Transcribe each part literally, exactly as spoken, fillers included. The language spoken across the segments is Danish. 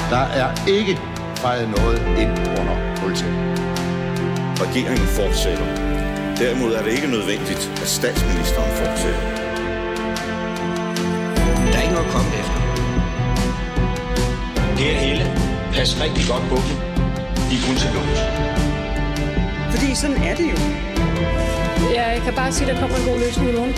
Der er ikke fejret noget ind under politiet. Regeringen fortsætter. Derimod er det ikke nødvendigt, at statsministeren fortsætter. Der er ikke noget at komme efter. Per Helle, pas rigtig godt på dem. De er kun til lås. Fordi sådan er det jo. Ja, jeg kan bare sige, at der kommer en god løsning i morgen.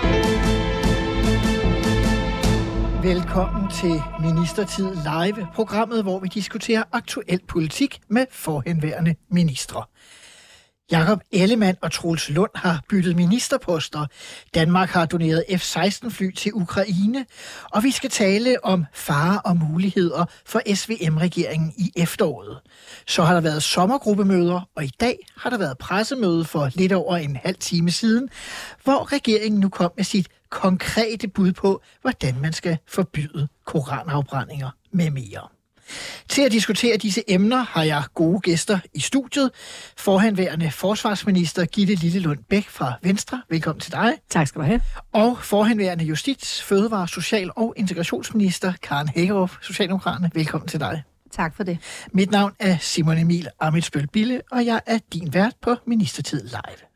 Velkommen til Ministertid Live, programmet, hvor vi diskuterer aktuel politik med forhenværende ministre. Jakob Ellemann og Troels Lund har byttet ministerposter. Danmark har doneret F seksten fly til Ukraine, og vi skal tale om farer og muligheder for S V M-regeringen i efteråret. Så har der været sommergruppemøder, og i dag har der været pressemøde for lidt over en halv time siden, hvor regeringen nu kom med sit konkrete bud på, hvordan man skal forbyde koranafbrændinger med mere. Til at diskutere disse emner har jeg gode gæster i studiet. Forhenværende forsvarsminister Gitte Lillelund Bech fra Venstre. Velkommen til dig. Tak skal du have. Og forhenværende justits-, fødevare-, social- og integrationsminister Karen Hækkerup, Socialdemokraterne. Velkommen til dig. Tak for det. Mit navn er Simon Emil Ammitzbøll-Bille, og jeg er din vært på Ministertid Live.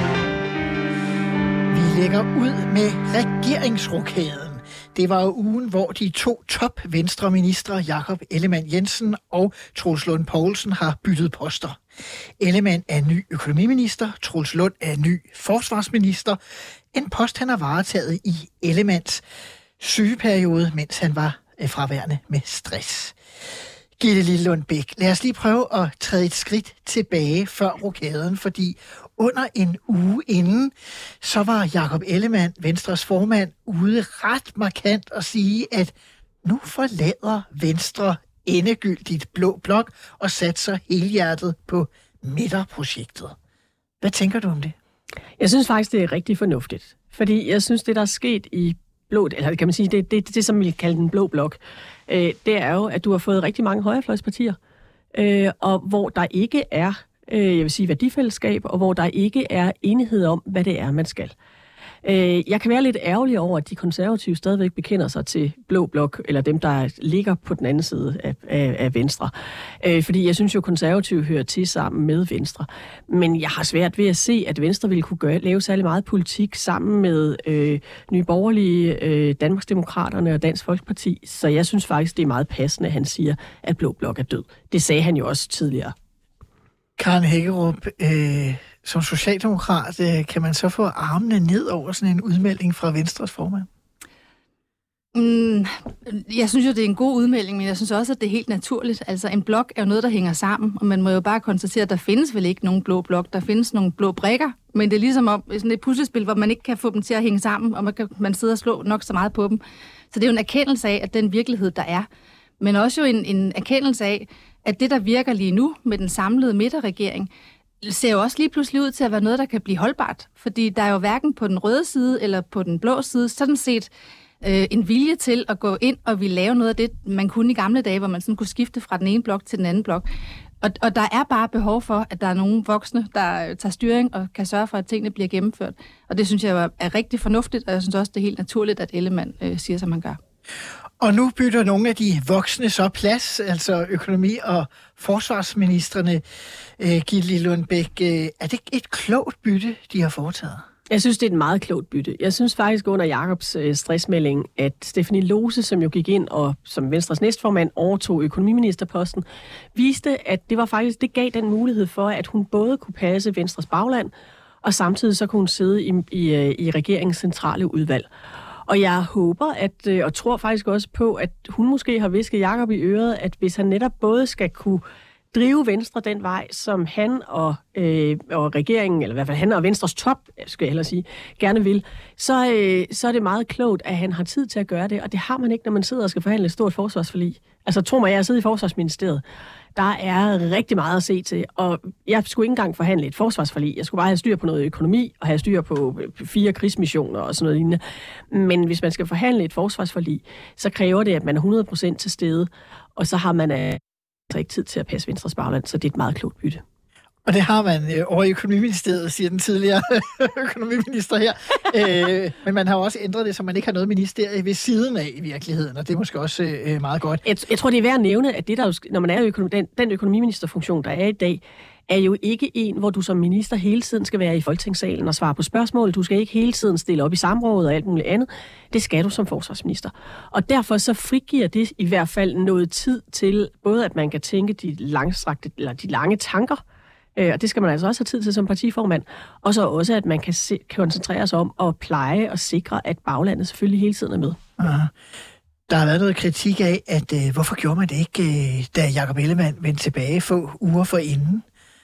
Vi lægger ud med regeringsrokaden. Det var jo ugen, hvor de to top-Venstre-ministre, Jakob Ellemann-Jensen og Troels Lund Poulsen, har byttet poster. Ellemann er ny økonomiminister, Troels Lund er ny forsvarsminister. En post, han har varetaget i Ellemanns sygeperiode, mens han var fraværende med stress. Gitte Lillelund Bech, lad os lige prøve at træde et skridt tilbage før rokaden, fordi under en uge inden, så var Jakob Ellemann, Venstres formand, ude ret markant at sige, at nu forlader Venstre endegyldigt blå blok og satser helhjertet på midterprojektet. Hvad tænker du om det? Jeg synes faktisk, det er rigtig fornuftigt, fordi jeg synes, det der er sket i blå, eller kan man sige, det, det, det som vi kalder den blå blok, øh, det er jo, at du har fået rigtig mange højrefløjspartier, øh, og hvor der ikke er jeg vil sige værdifællesskab, og hvor der ikke er enighed om, hvad det er, man skal. Jeg kan være lidt ærgerlig over, at de konservative stadigvæk bekender sig til blå blok, eller dem, der ligger på den anden side af, af, af Venstre. Fordi jeg synes jo, konservative hører til sammen med Venstre. Men jeg har svært ved at se, at Venstre ville kunne gøre, lave særlig meget politik sammen med øh, Nye Borgerlige, øh, Danmarksdemokraterne og Dansk Folkeparti. Så jeg synes faktisk, det er meget passende, at han siger, at blå blok er død. Det sagde han jo også tidligere. Karen Hækkerup, øh, som socialdemokrat, øh, kan man så få armene ned over sådan en udmelding fra Venstres formand? Mm, jeg synes jo, det er en god udmelding, men jeg synes også, at det er helt naturligt. Altså, en blok er jo noget, der hænger sammen, og man må jo bare konstatere, at der findes vel ikke nogen blå blok. Der findes nogle blå brikker, men det er ligesom om sådan et puslespil, hvor man ikke kan få dem til at hænge sammen, og man, kan, man sidder og slår nok så meget på dem. Så det er jo en erkendelse af, at den virkelighed, der er, men også jo en, en erkendelse af, at det, der virker lige nu med den samlede midterregering, ser jo også lige pludselig ud til at være noget, der kan blive holdbart. Fordi der er jo hverken på den røde side eller på den blå side sådan set øh, en vilje til at gå ind og ville lave noget af det, man kunne i gamle dage, hvor man sådan kunne skifte fra den ene blok til den anden blok. Og, og der er bare behov for, at der er nogle voksne, der tager styring og kan sørge for, at tingene bliver gennemført. Og det synes jeg er rigtig fornuftigt, og jeg synes også, det er helt naturligt, at Ellemann øh, siger, som han gør. Og nu bytter nogle af de voksne så plads, altså økonomi- og forsvarsministrene. Øh, Gitte Lillelund Bech, øh, er det et klogt bytte, de har foretaget? Jeg synes, det er et meget klogt bytte. Jeg synes faktisk under Jakobs øh, stressmelding, at Stephanie Lose, som jo gik ind og som Venstres næstformand overtog økonomiministerposten, viste, at det var faktisk, det gav den mulighed for, at hun både kunne passe Venstres bagland, og samtidig så kunne hun sidde i, i, i regeringens centrale udvalg. Og jeg håber, at, og tror faktisk også på, at hun måske har visket Jakob i øret, at hvis han netop både skal kunne drive Venstre den vej, som han og, øh, og regeringen, eller i hvert fald han og Venstres top, skal jeg hellere sige, gerne vil, så, øh, så er det meget klogt, at han har tid til at gøre det, og det har man ikke, når man sidder og skal forhandle et stort forsvarsforlig. Altså, tro mig, jeg sidder i Forsvarsministeriet. Der er rigtig meget at se til, og jeg skulle ikke engang forhandle et forsvarsforlig. Jeg skulle bare have styr på noget økonomi, og have styr på fire krigsmissioner og sådan noget lignende. Men hvis man skal forhandle et forsvarsforlig, så kræver det, at man er hundrede procent til stede, og så har man altså ikke tid til at passe Venstres bagland, så det er et meget klogt bytte. Og det har man øh, over i økonomiministeriet, siger den tidligere økonomiminister her. Øh, men man har også ændret det, så man ikke har noget ministerie ved siden af i virkeligheden, og det er måske også øh, meget godt. Jeg, jeg tror, det er værd at nævne, at det, der jo, når man er økonom, den, den økonomiministerfunktion, der er i dag, er jo ikke en, hvor du som minister hele tiden skal være i Folketingssalen og svare på spørgsmål. Du skal ikke hele tiden stille op i samråd og alt muligt andet. Det skal du som forsvarsminister. Og derfor så frigiver det i hvert fald noget tid til, både at man kan tænke de langstrakte, eller de lange tanker, øh, og det skal man altså også have tid til som partiformand, og så også, at man kan se, koncentrere sig om at pleje og sikre, at baglandet selvfølgelig hele tiden er med. Aha. Der har været noget kritik af, at øh, hvorfor gjorde man det ikke, øh, da Jakob Ellemann vendte tilbage få uger forinden?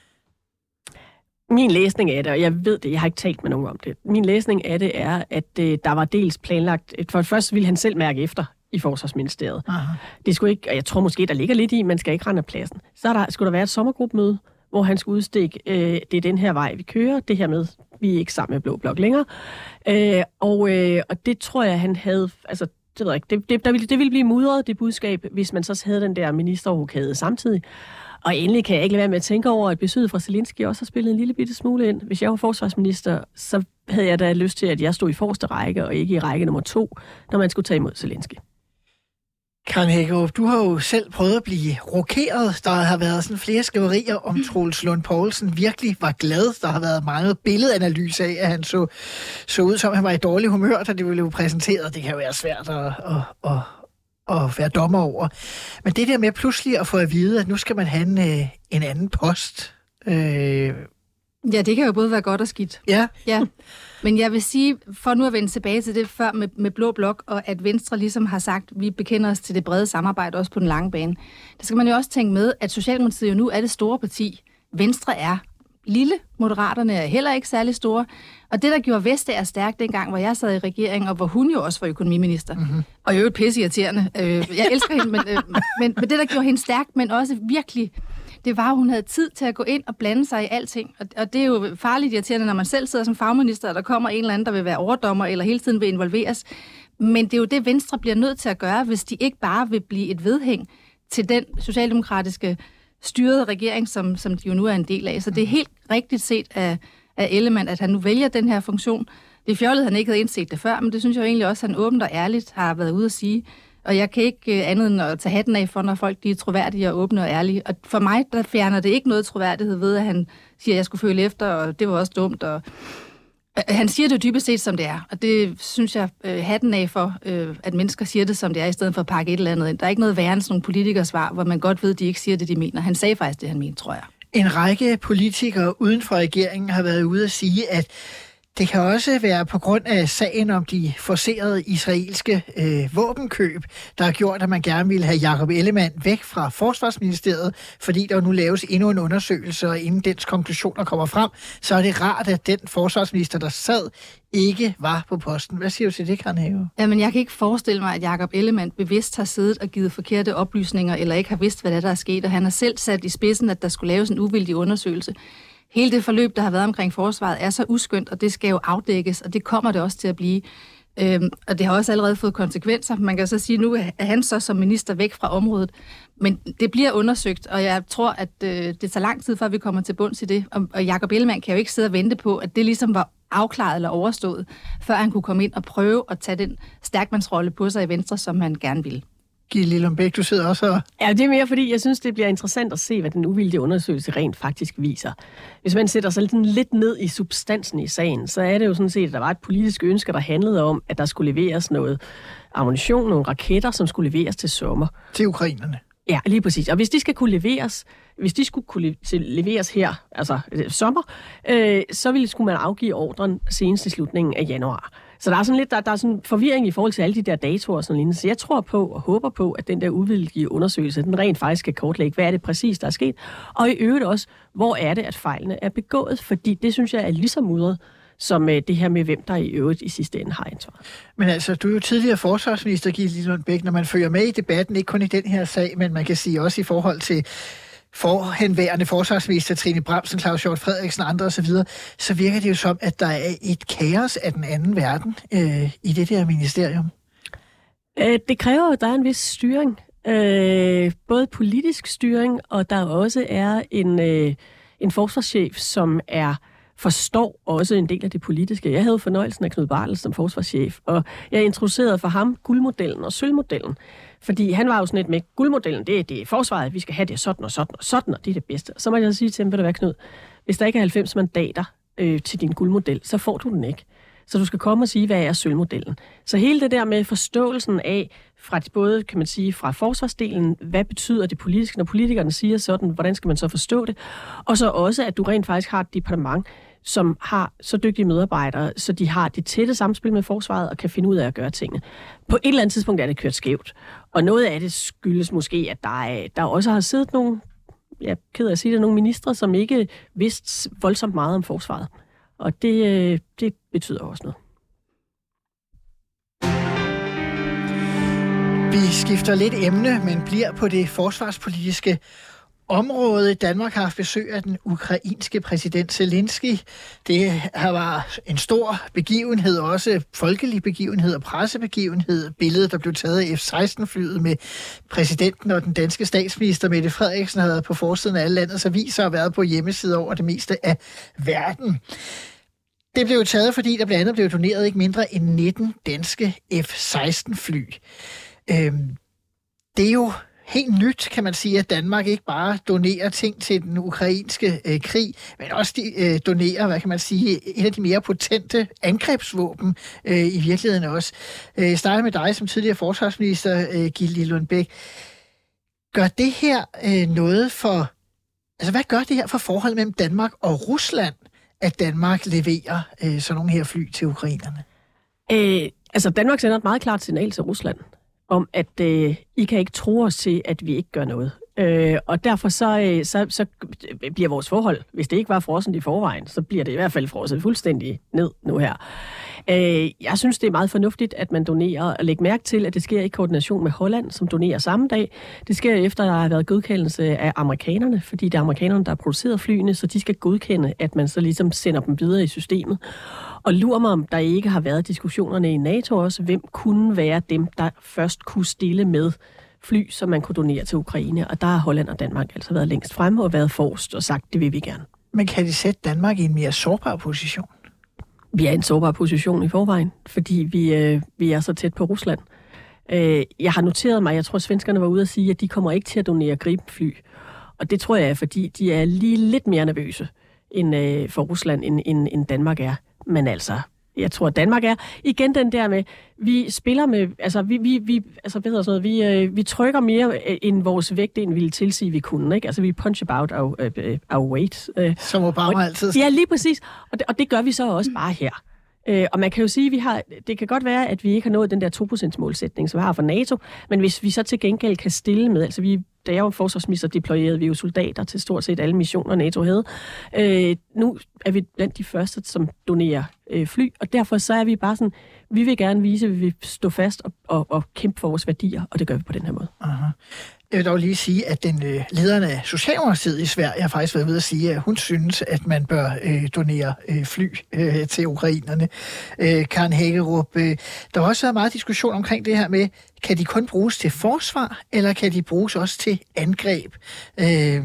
Min læsning af det, og jeg ved det, jeg har ikke talt med nogen om det. Min læsning af det er, at øh, der var dels planlagt, for det første ville han selv mærke efter i Forsvarsministeriet. Aha. Det skulle ikke, og jeg tror måske, der ligger lidt i, man skal ikke rende af pladsen. Så der, skulle der være et sommergruppemøde, hvor han skulle udstikke, øh, det er den her vej, vi kører, det her med, vi er ikke sammen med Blå Blok længere. Øh, og, øh, og det tror jeg, han havde, altså det ved jeg ikke, det, det, der ville, det ville blive mudret, det budskab, hvis man så havde den der ministerrokade samtidig. Og endelig kan jeg ikke lade være med at tænke over, at besøget fra Zelensky også har spillet en lille bitte smule ind. Hvis jeg var forsvarsminister, så havde jeg da lyst til, at jeg stod i forreste række, og ikke i række nummer to, når man skulle tage imod Zelensky. Karen Hækkerup, du har jo selv prøvet at blive rokeret. Der har været sådan flere skriverier om Troels Lund Poulsen virkelig var glad. Der har været meget billedanalyse af, at han så, så ud som, han var i dårlig humør, da det blev præsenteret. Det kan jo være svært at, at, at, at være dommer over. Men det der med pludselig at få at vide, at nu skal man have en, en anden post. Øh... Ja, det kan jo både være godt og skidt. Ja. Ja. Men jeg vil sige, for nu at vende tilbage til det før med, med Blå Blok, og at Venstre ligesom har sagt, at vi bekender os til det brede samarbejde, også på den lange bane. Der skal man jo også tænke med, at Socialdemokratiet jo nu er det store parti. Venstre er lille, Moderaterne er heller ikke særlig store. Og det, der gjorde Vestager stærk dengang, hvor jeg sad i regeringen, og hvor hun jo også var økonomiminister, mm-hmm. og i øvrigt pisseirriterende. Jeg elsker hende, men, men, men det, der gjorde hende stærk, men også virkelig, det var, at hun havde tid til at gå ind og blande sig i alting. Og, og det er jo farligt irriterende, når man selv sidder som fagminister, og der kommer en eller anden, der vil være overdommer, eller hele tiden vil involveres. Men det er jo det, Venstre bliver nødt til at gøre, hvis de ikke bare vil blive et vedhæng til den socialdemokratiske styrede regering, som, som de jo nu er en del af. Så det er helt rigtigt set af, af Ellemann, at han nu vælger den her funktion. Det er fjollet, at han ikke havde indset det før, men det synes jeg jo egentlig også, at han åbent og ærligt har været ude at sige. Og jeg kan ikke andet end at tage hatten af for, når folk de er troværdige og åbne og ærlige. Og for mig, der fjerner det ikke noget troværdighed ved, at han siger, at jeg skulle føle efter, og det var også dumt. Og han siger det dybest set, som det er. Og det synes jeg øh, hatten af for, øh, at mennesker siger det, som det er, i stedet for at pakke et eller andet ind. Der er ikke noget værre end sådan nogle politikersvar, hvor man godt ved, at de ikke siger det, de mener. Han sagde faktisk det, han mente, tror jeg. En række politikere uden for regeringen har været ude at sige, at det kan også være på grund af sagen om de forcerede israelske øh, våbenkøb, der har gjort, at man gerne ville have Jakob Ellemann væk fra Forsvarsministeriet, fordi der nu laves endnu en undersøgelse, og inden dens konklusioner kommer frem, så er det rart, at den forsvarsminister, der sad, ikke var på posten. Hvad siger du til det, Karen Hækkerup? Jamen, jeg kan ikke forestille mig, at Jakob Ellemann bevidst har siddet og givet forkerte oplysninger, eller ikke har vidst, hvad der er sket, og han har selv sat i spidsen, at der skulle laves en uvildig undersøgelse. Hele det forløb, der har været omkring forsvaret, er så uskyndt, og det skal jo afdækkes, og det kommer det også til at blive. Øhm, og det har også allerede fået konsekvenser. Man kan så sige, at nu er han så som minister væk fra området. Men det bliver undersøgt, og jeg tror, at øh, det tager lang tid, før vi kommer til bunds i det. Og, og Jakob Ellemann kan jo ikke sidde og vente på, at det ligesom var afklaret eller overstået, før han kunne komme ind og prøve at tage den stærkmandsrolle på sig i Venstre, som han gerne ville. Gitte Lillelund Bech, du sidder også her. Ja, det er mere, fordi jeg synes, det bliver interessant at se, hvad den uvildige undersøgelse rent faktisk viser. Hvis man sætter sig lidt ned i substansen i sagen, så er det jo sådan set, at der var et politisk ønske, der handlede om, at der skulle leveres noget ammunition, nogle raketter, som skulle leveres til sommer. Til ukrainerne. Ja, lige præcis. Og hvis de skal kunne leveres, hvis de skulle kunne leveres her, altså sommer, øh, så ville, skulle man afgive ordren senest i slutningen af januar. Så der er sådan lidt, der, der er sådan forvirring i forhold til alle de der datoer og sådan lignende. Så jeg tror på og håber på, at den der uvildige undersøgelse, den rent faktisk skal kortlægge, hvad er det præcis, der er sket. Og i øvrigt også, hvor er det, at fejlene er begået. Fordi det synes jeg er lige så mudret som det her med, hvem der i øvrigt i sidste ende har ansvar. Men altså, du er jo tidligere forsvarsminister, Gitte Lillelund Bech, når man følger med i debatten, ikke kun i den her sag, men man kan sige også i forhold til forhenværende forsvarsminister Trine Bramsen, Claus Hjort Frederiksen og andre osv., så, så virker det jo som, at der er et kaos af den anden verden øh, i det der ministerium. Øh, det kræver, at der er en vis styring. Øh, både politisk styring, og der også er en, øh, en forsvarschef, som er forstår også en del af det politiske. Jeg havde fornøjelsen af Knud Bartels som forsvarschef, og jeg introducerede for ham guldmodellen og sølvmodellen. Fordi han var jo sådan lidt med, guldmodellen, det er, det er forsvaret, vi skal have det sådan og sådan og sådan, og det er det bedste. Og så må jeg sige til ham, ved du hvad, Knud, hvis der ikke er halvfems mandater øh, til din guldmodel, så får du den ikke. Så du skal komme og sige, hvad er sølvmodellen. Så hele det der med forståelsen af, fra både, kan man sige, fra forsvarsdelen, hvad betyder det politiske, når politikerne siger sådan, hvordan skal man så forstå det? Og så også, at du rent faktisk har et departement, som har så dygtige medarbejdere, så de har det tætte samspil med forsvaret og kan finde ud af at gøre tingene. På et eller andet tidspunkt er det kørt skævt. Og noget af det skyldes måske, at der, er, der også har siddet nogle, jeg er ked af at sige det, nogle ministre, som ikke vidste voldsomt meget om forsvaret. Og det, det betyder også noget. Vi skifter lidt emne, men bliver på det forsvarspolitiske område. Danmark har haft besøg af den ukrainske præsident Zelensky. Det her var en stor begivenhed, også folkelig begivenhed og pressebegivenhed. Billedet, der blev taget af F seksten-flyet med præsidenten og den danske statsminister Mette Frederiksen, havde på forsiden af alle landets aviser og været på hjemmesider over det meste af verden. Det blev taget, fordi der blandt andet blev doneret ikke mindre end nitten danske F seksten-fly. Øhm, det er jo helt nyt, kan man sige, at Danmark ikke bare donerer ting til den ukrainske øh, krig, men også de, øh, donerer, hvad kan man sige, en af de mere potente angrebsvåben øh, i virkeligheden også. Øh, jeg starter med dig som tidligere forsvarsminister, øh, Gitte Lillelund Bech. Gør det her øh, noget for... Altså, hvad gør det her for forholdet mellem Danmark og Rusland, at Danmark leverer øh, sådan nogle her fly til ukrainerne? Øh, altså, Danmark sender et meget klart signal til Rusland om, at øh, I kan ikke tro os til, at vi ikke gør noget. Øh, og derfor så, øh, så, så bliver vores forhold, hvis det ikke var frossent i forvejen, så bliver det i hvert fald frosset fuldstændig ned nu her. Øh, jeg synes, det er meget fornuftigt, at man donerer, og lægge mærke til, at det sker i koordination med Holland, som donerer samme dag. Det sker efter, at der har været godkendelse af amerikanerne, fordi det er amerikanerne, der har produceret flyene, så de skal godkende, at man så ligesom sender dem videre i systemet. Og lurer mig, om der ikke har været diskussionerne i NATO også, hvem kunne være dem, der først kunne stille med fly, som man kunne donere til Ukraine. Og der har Holland og Danmark altså været længst fremme og været forrest og sagt, det vil vi gerne. Men kan det sætte Danmark i en mere sårbar position? Vi er i en sårbar position i forvejen, fordi vi, øh, vi er så tæt på Rusland. Øh, jeg har noteret mig, jeg tror, svenskerne var ude at sige, at de kommer ikke til at donere Gripen-fly. Og det tror jeg er, fordi de er lige lidt mere nervøse end, øh, for Rusland, end, end, end Danmark er. Men altså, jeg tror, at Danmark er igen den der med, vi spiller med, altså vi, vi, vi, altså, hvad hedder sådan noget, vi, øh, vi trykker mere end vores vægt, end ville tilsige, vi kunne, ikke? Altså vi punch about our, uh, our weight. Øh. Som Obama altid. Ja, lige præcis. Og det, og det gør vi så også bare her. Øh, og man kan jo sige, at vi har, det kan godt være, at vi ikke har nået den der to procent målsætning, som vi har for NATO, men hvis vi så til gengæld kan stille med, altså vi, da jeg var forsvarsminister, deployerede vi jo soldater til stort set alle missioner, NATO havde. Øh, nu er vi blandt de første, som donerer øh, fly, og derfor så er vi bare sådan, vi vil gerne vise, at vi vil stå fast og, og, og kæmpe for vores værdier, og det gør vi på den her måde. Aha. Jeg vil dog lige sige, at den øh, lederen af Socialdemokratiet i Sverige har faktisk været ved at sige, at hun synes, at man bør øh, donere øh, fly øh, til ukrainerne. Øh, Karen Hækkerup, øh, der har også været meget diskussion omkring det her med, kan de kun bruges til forsvar, eller kan de bruges også til angreb? Øh,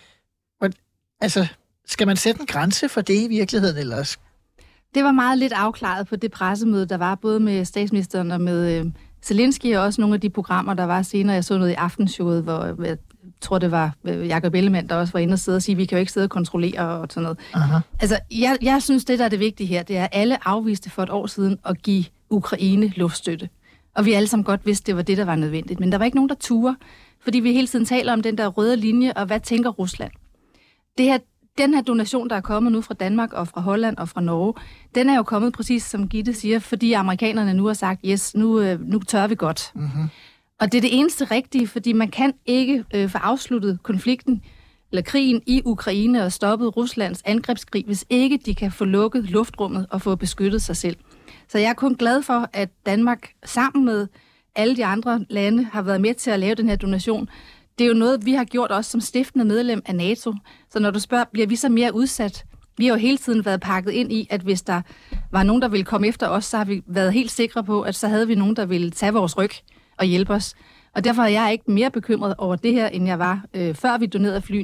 og, altså, skal man sætte en grænse for det i virkeligheden, eller? Det var meget lidt afklaret på det pressemøde, der var både med statsministeren og med øh, Zelensky, og også nogle af de programmer, der var senere. Jeg så noget i Aftenshowet, hvor jeg tror, det var Jakob Ellemann, der også var inde og sidde og sige, at vi kan jo ikke sidde og kontrollere og sådan noget. Aha. Altså, jeg, jeg synes, det, der er det vigtige her, det er, at alle afviste for et år siden at give Ukraine luftstøtte. Og vi alle sammen godt vidste, det var det, der var nødvendigt. Men der var ikke nogen, der turde, fordi vi hele tiden taler om den der røde linje, og hvad tænker Rusland? Det her Den her donation, der er kommet nu fra Danmark og fra Holland og fra Norge, den er jo kommet præcis som Gitte siger, fordi amerikanerne nu har sagt, yes, nu, nu tør vi godt. Mm-hmm. Og det er det eneste rigtige, fordi man kan ikke øh, få afsluttet konflikten eller krigen i Ukraine og stoppet Ruslands angrebskrig, hvis ikke de kan få lukket luftrummet og få beskyttet sig selv. Så jeg er kun glad for, at Danmark sammen med alle de andre lande har været med til at lave den her donation. Det er jo noget, vi har gjort også som stiftende medlem af NATO. Så når du spørger, bliver vi så mere udsat? Vi har jo hele tiden været pakket ind i, at hvis der var nogen, der ville komme efter os, så har vi været helt sikre på, at så havde vi nogen, der ville tage vores ryg og hjælpe os. Og derfor er jeg ikke mere bekymret over det her, end jeg var, øh, før vi donerede flyene.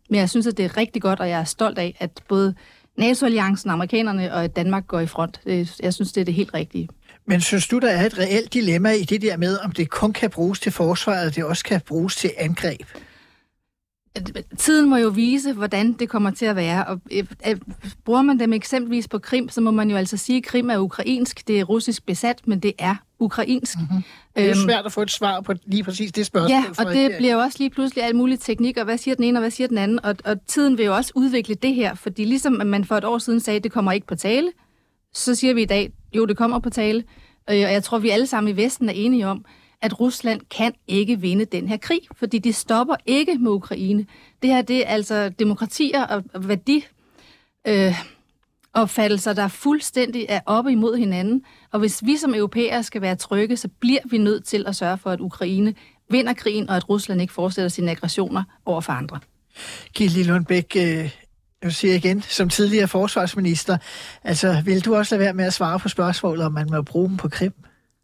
Men jeg synes, at det er rigtig godt, og jeg er stolt af, at både NATO-alliancen, amerikanerne og Danmark går i front. Jeg synes, det er det helt rigtige. Men synes du, der er et reelt dilemma i det der med, om det kun kan bruges til forsvaret, og det også kan bruges til angreb? Tiden må jo vise, hvordan det kommer til at være. Og bruger man dem eksempelvis på Krim, så må man jo altså sige, at Krim er ukrainsk, det er russisk besat, men det er ukrainsk. Mm-hmm. Det er jo svært at få et svar på lige præcis det spørgsmål. Ja, og det bliver jo også lige pludselig alt muligt teknik, og hvad siger den ene, og hvad siger den anden? Og, og tiden vil jo også udvikle det her, fordi ligesom man for et år siden sagde, at det kommer ikke på tale, så siger vi i dag, jo, det kommer på tale. Og jeg tror, vi alle sammen i Vesten er enige om, at Rusland kan ikke vinde den her krig, fordi de stopper ikke med Ukraine. Det her, det er altså demokratier og værdi, øh, opfattelser, der fuldstændig er oppe imod hinanden. Og hvis vi som europæere skal være trygge, så bliver vi nødt til at sørge for, at Ukraine vinder krigen, og at Rusland ikke fortsætter sine aggressioner over for andre. Gitte Lillelund Bech, øh, jeg siger igen, som tidligere forsvarsminister, altså vil du også lade være med at svare på spørgsmålet, om man må bruge dem på Krim?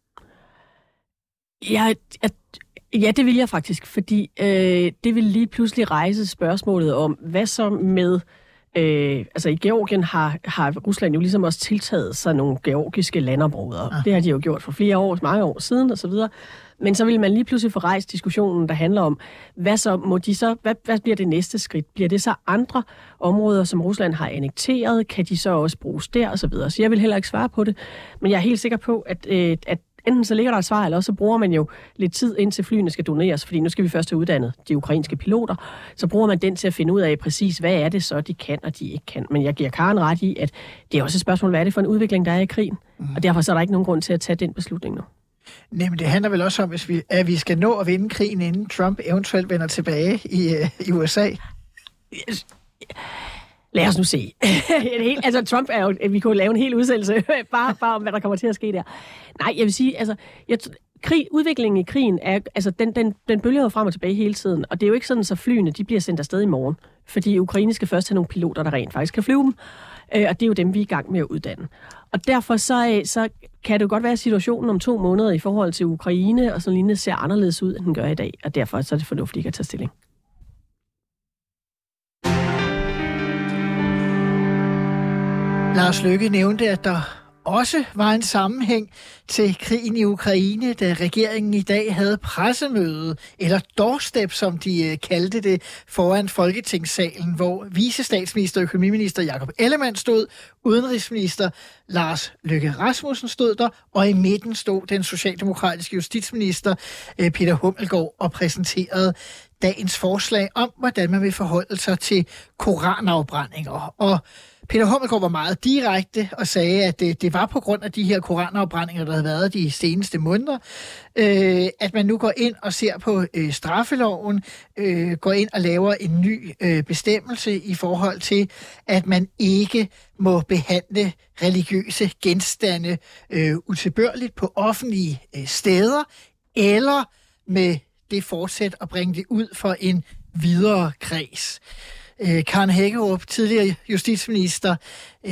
Ja, ja, det vil jeg faktisk, fordi øh, det vil lige pludselig rejse spørgsmålet om, hvad så med... Øh, altså i Georgien har, har Rusland jo ligesom også tiltaget sig nogle georgiske landområder. Ja. Det har de jo gjort for flere år, mange år siden og så videre. Men så vil man lige pludselig få rejst diskussionen, der handler om, hvad så må de så, hvad, hvad bliver det næste skridt? Bliver det så andre områder, som Rusland har annekteret? Kan de så også bruges der og så videre? Så jeg vil heller ikke svare på det. Men jeg er helt sikker på, at, øh, at enten så ligger der et svar, eller også så bruger man jo lidt tid, indtil flyene skal doneres, fordi nu skal vi først have uddannet de ukrainske piloter. Så bruger man den til at finde ud af præcis, hvad er det så, de kan og de ikke kan. Men jeg giver Karen ret i, at det er også et spørgsmål, hvad er det for en udvikling, der er i krigen? Mm. Og derfor så er der ikke nogen grund til at tage den beslutning nu. Nej, men det handler vel også om, at vi, at vi skal nå at vinde krigen, inden Trump eventuelt vender tilbage i, uh, i U S A. Yes. Lad os nu se. helt, altså, Trump er jo... Vi kunne lave en hel udsendelse bare, bare om, hvad der kommer til at ske der. Nej, jeg vil sige, altså... Jeg, krig, udviklingen i krigen er... Altså, den, den, den bølger jo frem og tilbage hele tiden. Og det er jo ikke sådan, så flyene de bliver sendt afsted i morgen. Fordi Ukraine skal først have nogle piloter, der rent faktisk kan flyve dem. Øh, og det er jo dem, vi er i gang med at uddanne. Og derfor så, så kan det jo godt være, at situationen om to måneder i forhold til Ukraine og sådan lignende ser anderledes ud, end den gør i dag. Og derfor så er det fornuftigt at tage stilling. Lars Løkke nævnte, at der også var en sammenhæng til krigen i Ukraine, da regeringen i dag havde pressemøde, eller doorstep, som de kaldte det, foran Folketingssalen, hvor vicestatsminister og økonomiminister Jakob Ellemann stod, udenrigsminister Lars Løkke Rasmussen stod der, og i midten stod den socialdemokratiske justitsminister Peter Hummelgaard og præsenterede dagens forslag om, hvordan man vil forholde sig til koranafbrændinger. Og Peter Hummelgaard var meget direkte og sagde, at det, det var på grund af de her koranafbrændinger, der havde været de seneste måneder, øh, at man nu går ind og ser på øh, straffeloven, øh, går ind og laver en ny øh, bestemmelse i forhold til, at man ikke må behandle religiøse genstande øh, utilbørligt på offentlige øh, steder, eller med det fortsæt at bringe det ud for en videre kreds. Øh, Karen Hækkerup, tidligere justitsminister, øh,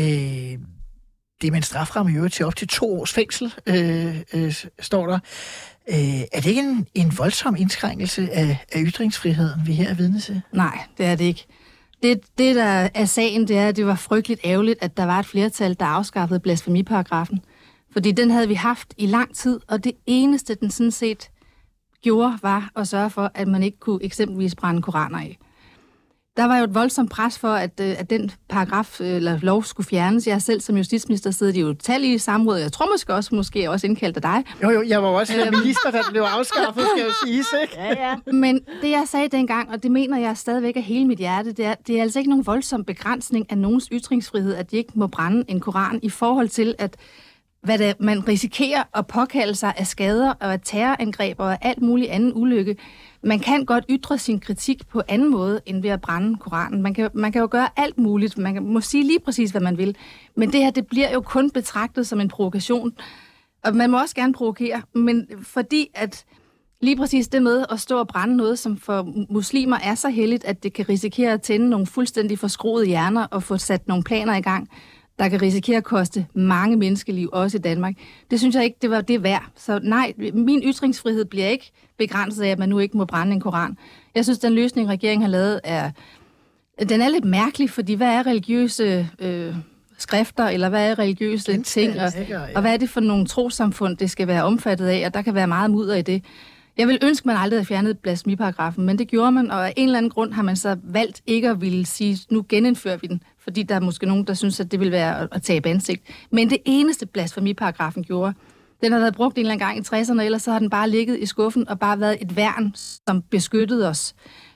det er med en straframme i øvrigt til op til to års fængsel, øh, øh, står der. Øh, er det ikke en, en voldsom indskrænkelse af, af ytringsfriheden, vi her er vidne til? Nej, det er det ikke. Det, det, der er sagen, det er, at det var frygteligt ærgerligt, at der var et flertal, der afskaffede blasfemiparagrafen. Fordi den havde vi haft i lang tid, og det eneste, den sådan set gjorde, var at sørge for, at man ikke kunne eksempelvis brænde koraner af. Der var jo et voldsomt pres for, at, at den paragraf eller lov skulle fjernes. Jeg selv som justitsminister sidder jo tallige samråd. Jeg tror måske også, måske også indkaldt af dig. Jo, jo, jeg var også øhm. minister, der blev afskaffet, skal jeg sige, ikke? Ja, ja. Men det, jeg sagde dengang, og det mener jeg stadigvæk af hele mit hjerte, det er, det er altså ikke nogen voldsom begrænsning af nogens ytringsfrihed, at de ikke må brænde en koran i forhold til, at hvad det, man risikerer at påkalde sig af skader og af terrorangreb og af alt muligt anden ulykke. Man kan godt ytre sin kritik på anden måde, end ved at brænde koranen. Man kan, man kan jo gøre alt muligt. Man kan, må sige lige præcis, hvad man vil. Men det her, det bliver jo kun betragtet som en provokation. Og man må også gerne provokere, men fordi at lige præcis det med at stå og brænde noget, som for muslimer er så heldigt, at det kan risikere at tænde nogle fuldstændig forskruede hjerner og få sat nogle planer i gang, der kan risikere at koste mange menneskeliv, også i Danmark. Det synes jeg ikke, det var det værd. Så nej, min ytringsfrihed bliver ikke begrænset af, at man nu ikke må brænde en koran. Jeg synes, den løsning, regeringen har lavet, er Den er lidt mærkelig, fordi hvad er religiøse øh, skrifter, eller hvad er religiøse den ting, og, og hvad er det for nogle trossamfund, det skal være omfattet af, og der kan være meget mudder i det. Jeg vil ønske, at man aldrig havde fjernet blasfemiparagrafen, men det gjorde man, og af en eller anden grund har man så valgt ikke at ville sige, nu genindfører vi den, fordi der er måske nogen, der synes, at det vil være at tabe ansigt. Men det eneste blasfemiparagrafen gjorde, den har været brugt en eller anden gang i tresserne, ellers så har den bare ligget i skuffen og bare været et værn, som beskyttede os.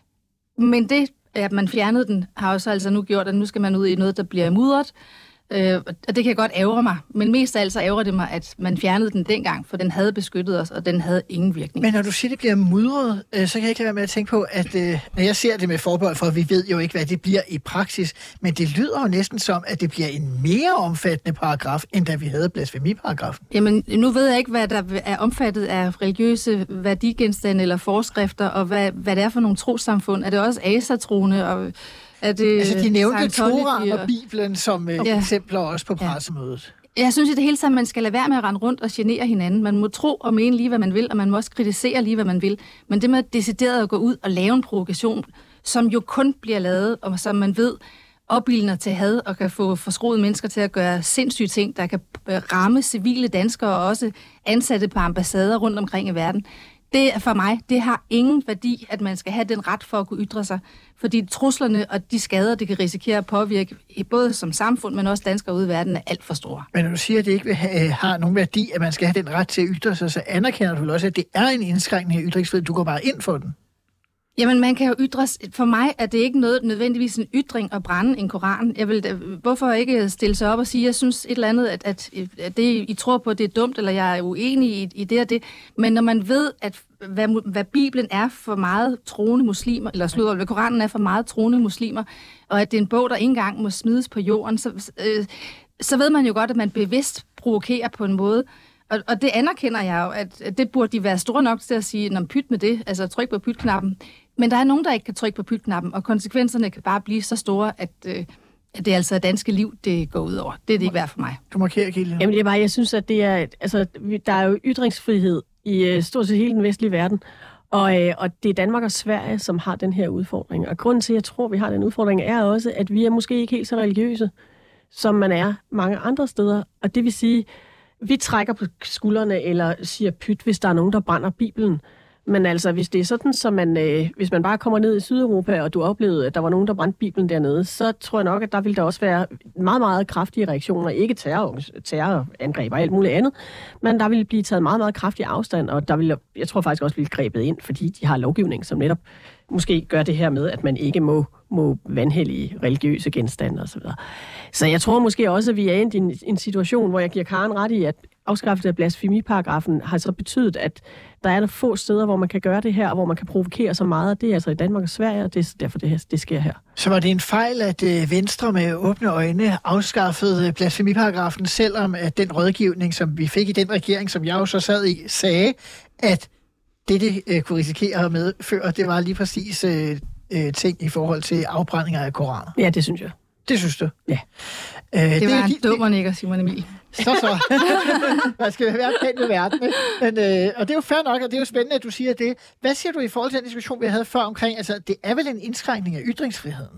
Men det, at man fjernede den, har også altså nu gjort, at nu skal man ud i noget, der bliver mudret. Øh, og det kan godt ærgre mig, men mest af alt så ærgrer det mig, at man fjernede den dengang, for den havde beskyttet os, og den havde ingen virkning. Men når du siger, det bliver mudret, øh, så kan jeg ikke lade være med at tænke på, at øh, når jeg ser det med forbehold, for vi ved jo ikke, hvad det bliver i praksis, men det lyder jo næsten som, at det bliver en mere omfattende paragraf, end da vi havde blasfemiparagrafen. Jamen, nu ved jeg ikke, hvad der er omfattet af religiøse værdigenstande eller forskrifter, og hvad, hvad det er for nogle trossamfund. Er det også asatroende og... Det, altså, de nævnte Toraen og og Bibelen som ja. eksempler også på pressemødet. Ja. Jeg synes i det hele taget, man skal lade være med at rende rundt og genere hinanden. Man må tro og mene lige, hvad man vil, og man må også kritisere lige, hvad man vil. Men det med decideret at gå ud og lave en provokation, som jo kun bliver lavet, og som man ved opildner til had, og kan få forskruede mennesker til at gøre sindssyge ting, der kan ramme civile danskere og også ansatte på ambassader rundt omkring i verden. Det for mig, det har ingen værdi, at man skal have den ret for at kunne ytre sig. Fordi truslerne og de skader, det kan risikere at påvirke, både som samfund, men også danskere ude i verden, er alt for store. Men når du siger, at det ikke have, har nogen værdi, at man skal have den ret til at ytre sig, så anerkender du vel også, at det er en indskrænkning af ytringsfrihed. Du går bare ind for den. Jamen, man kan jo ytres. For mig er det ikke noget nødvendigvis en ytring at brænde en koran. Jeg vil, hvorfor ikke stille sig op og sige, at jeg synes et eller andet, at, at, at det, I tror på, det er dumt, eller jeg er uenig i, i det og det. Men når man ved, at hvad, hvad Bibelen er for meget troende muslimer, eller slutter, hvad Koranen er for meget troende muslimer, og at det er en bog, der ikke engang må smides på jorden, så, øh, så ved man jo godt, at man bevidst provokerer på en måde. Og, og det anerkender jeg jo, at, at det burde de være store nok til at sige, når pyt med det, altså tryk på pytknappen. Men der er nogen, der ikke kan trykke på pytknappen, og konsekvenserne kan bare blive så store, at, øh, at det er altså danske liv, det går ud over. Det er det ikke værd for mig. Du markerer, Gilde. Jamen det er bare, jeg synes, at det er, altså, der er jo ytringsfrihed i uh, stort set hele den vestlige verden, og, øh, og det er Danmark og Sverige, som har den her udfordring. Og grunden til, at jeg tror, at vi har den udfordring, er også, at vi er måske ikke helt så religiøse, som man er mange andre steder. Og det vil sige, vi trækker på skuldrene eller siger pyt, hvis der er nogen, der brænder Bibelen. Men altså, hvis det er sådan, så man, øh, hvis man bare kommer ned i Sydeuropa, og du oplevede, at der var nogen, der brændte Bibelen dernede, så tror jeg nok, at der ville der også være meget, meget kraftige reaktioner. Ikke terror, terrorangreb og alt muligt andet, men der ville blive taget meget, meget kraftig afstand, og der ville, jeg tror faktisk også, blive grebet ind, fordi de har lovgivning, som netop måske gør det her med, at man ikke må, må vanhellige religiøse genstande osv. Så, så jeg tror måske også, at vi er i en, en situation, hvor jeg giver Karen ret i, at afskaffelsen af blasfemiparagrafen har så betydet, at der er der få steder, hvor man kan gøre det her, og hvor man kan provokere så meget. Det er altså i Danmark og Sverige, og det er derfor, det, her, det sker her. Så var det en fejl, at Venstre med åbne øjne afskaffede blasfemiparagrafen, selvom at den rådgivning, som vi fik i den regering, som jeg jo så sad i, sagde, at det, det øh, kunne risikere at medføre, det var lige præcis øh, øh, ting i forhold til afbrændinger af koraner. Ja, det synes jeg. Det synes du? Ja. Øh, det, det var en dummer nikker, Simon Emil. Så så. Man skal være pænt med verden. Men, øh, og det er jo fair nok, og det er jo spændende, at du siger det. Hvad siger du i forhold til den diskussion, vi havde før omkring, altså det er vel en indskrænkning af ytringsfriheden?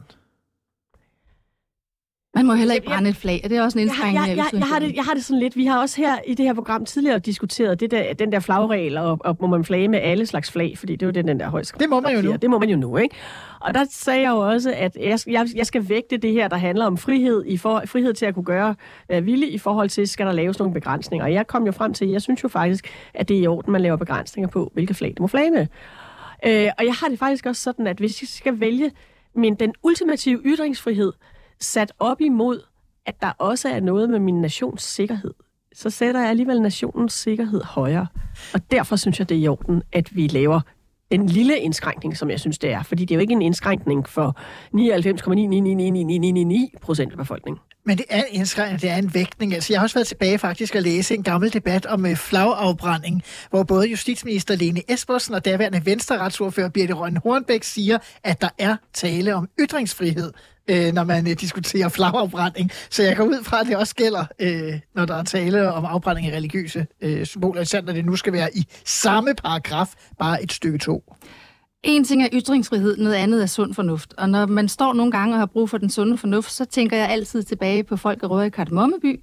Man må heller ikke brænde et flag, og det er også en indskrænkning jeg, jeg, jeg, jeg, har det, jeg har det sådan lidt, vi har også her i det her program tidligere diskuteret det der, den der flagregel, og, og må man flage med alle slags flag, fordi det er jo den, den der højskrift. Det må man jo nu. Det må man jo nu, ikke? Og der sagde jeg jo også, at jeg, jeg, jeg skal vægte det her, der handler om frihed, i for, frihed til at kunne gøre hvad villig i forhold til, skal der laves nogle begrænsninger. Og jeg kom jo frem til, jeg synes jo faktisk, at det er i orden, man laver begrænsninger på, hvilke flag det må flage med. Øh, og jeg har det faktisk også sådan, at hvis jeg skal vælge min, den ultimative ytringsfrihed, sat op imod, at der også er noget med min nations sikkerhed, så sætter jeg alligevel nationens sikkerhed højere. Og derfor synes jeg, det er i orden, at vi laver en lille indskrænkning, som jeg synes, det er. Fordi det er jo ikke en indskrænkning for nioghalvfems komma ni ni ni ni ni ni ni ni procent af befolkningen. Men det er en indskrænkning, det er en vægtning. Altså, jeg har også været tilbage faktisk at læse en gammel debat om flagafbrænding, hvor både justitsminister Lene Espersen og daværende Venstre-retsordfører Birthe Rønne Hornbech siger, at der er tale om ytringsfrihed, øh, når man øh, diskuterer flagafbrænding. Så jeg går ud fra, at det også gælder, øh, når der er tale om afbrænding af religiøse øh, symboler, især når det nu skal være i samme paragraf, bare et stykke to. En ting er ytringsfrihed, noget andet er sund fornuft. Og når man står nogle gange og har brug for den sunde fornuft, så tænker jeg altid tilbage på folk, der rører i Kardemommeby,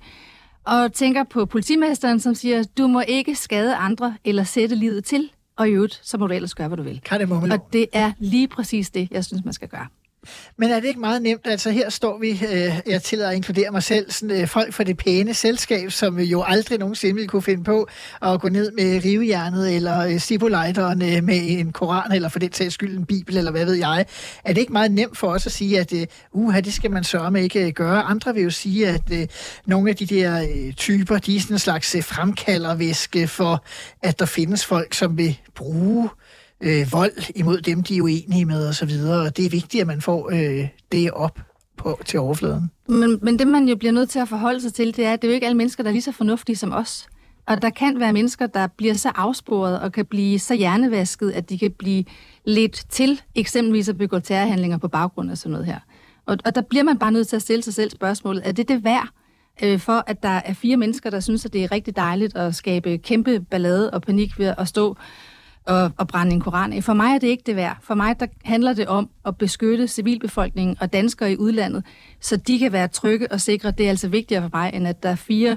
og tænker på politimesteren, som siger, du må ikke skade andre eller sætte livet til, og i øvrigt, så må du ellers gøre, hvad du vil. Og det er lige præcis det, jeg synes, man skal gøre. Men er det ikke meget nemt? Altså her står vi, øh, jeg tillader at inkludere mig selv, sådan, øh, folk fra det pæne selskab, som jo aldrig nogensinde ville kunne finde på at gå ned med rivejernet eller øh, stipolighteren øh, med en koran, eller for den sags skyld en bibel, eller hvad ved jeg. Er det ikke meget nemt for os at sige, at øh, uha, det skal man sørge med ikke gøre? Andre vil jo sige, at øh, nogle af de der øh, typer, de er sådan en slags øh, fremkaldervæske for, at der findes folk, som vil bruge Øh, vold imod dem, de er uenige med, og så videre. Og det er vigtigt, at man får øh, det op på, til overfladen. Men, men det, man jo bliver nødt til at forholde sig til, det er, at det er jo ikke alle mennesker, der er lige så fornuftige som os. Og der kan være mennesker, der bliver så afsporet og kan blive så hjernevasket, at de kan blive ledt til eksempelvis at begå terrorhandlinger på baggrund af sådan noget her. Og, og der bliver man bare nødt til at stille sig selv spørgsmålet, er det det værd øh, for, at der er fire mennesker, der synes, at det er rigtig dejligt at skabe kæmpe ballade og panik ved at stå og, og brænde en koran af. For mig er det ikke det værd. For mig der handler det om at beskytte civilbefolkningen og danskere i udlandet, så de kan være trygge og sikre. Det er altså vigtigere for mig, end at der er fire,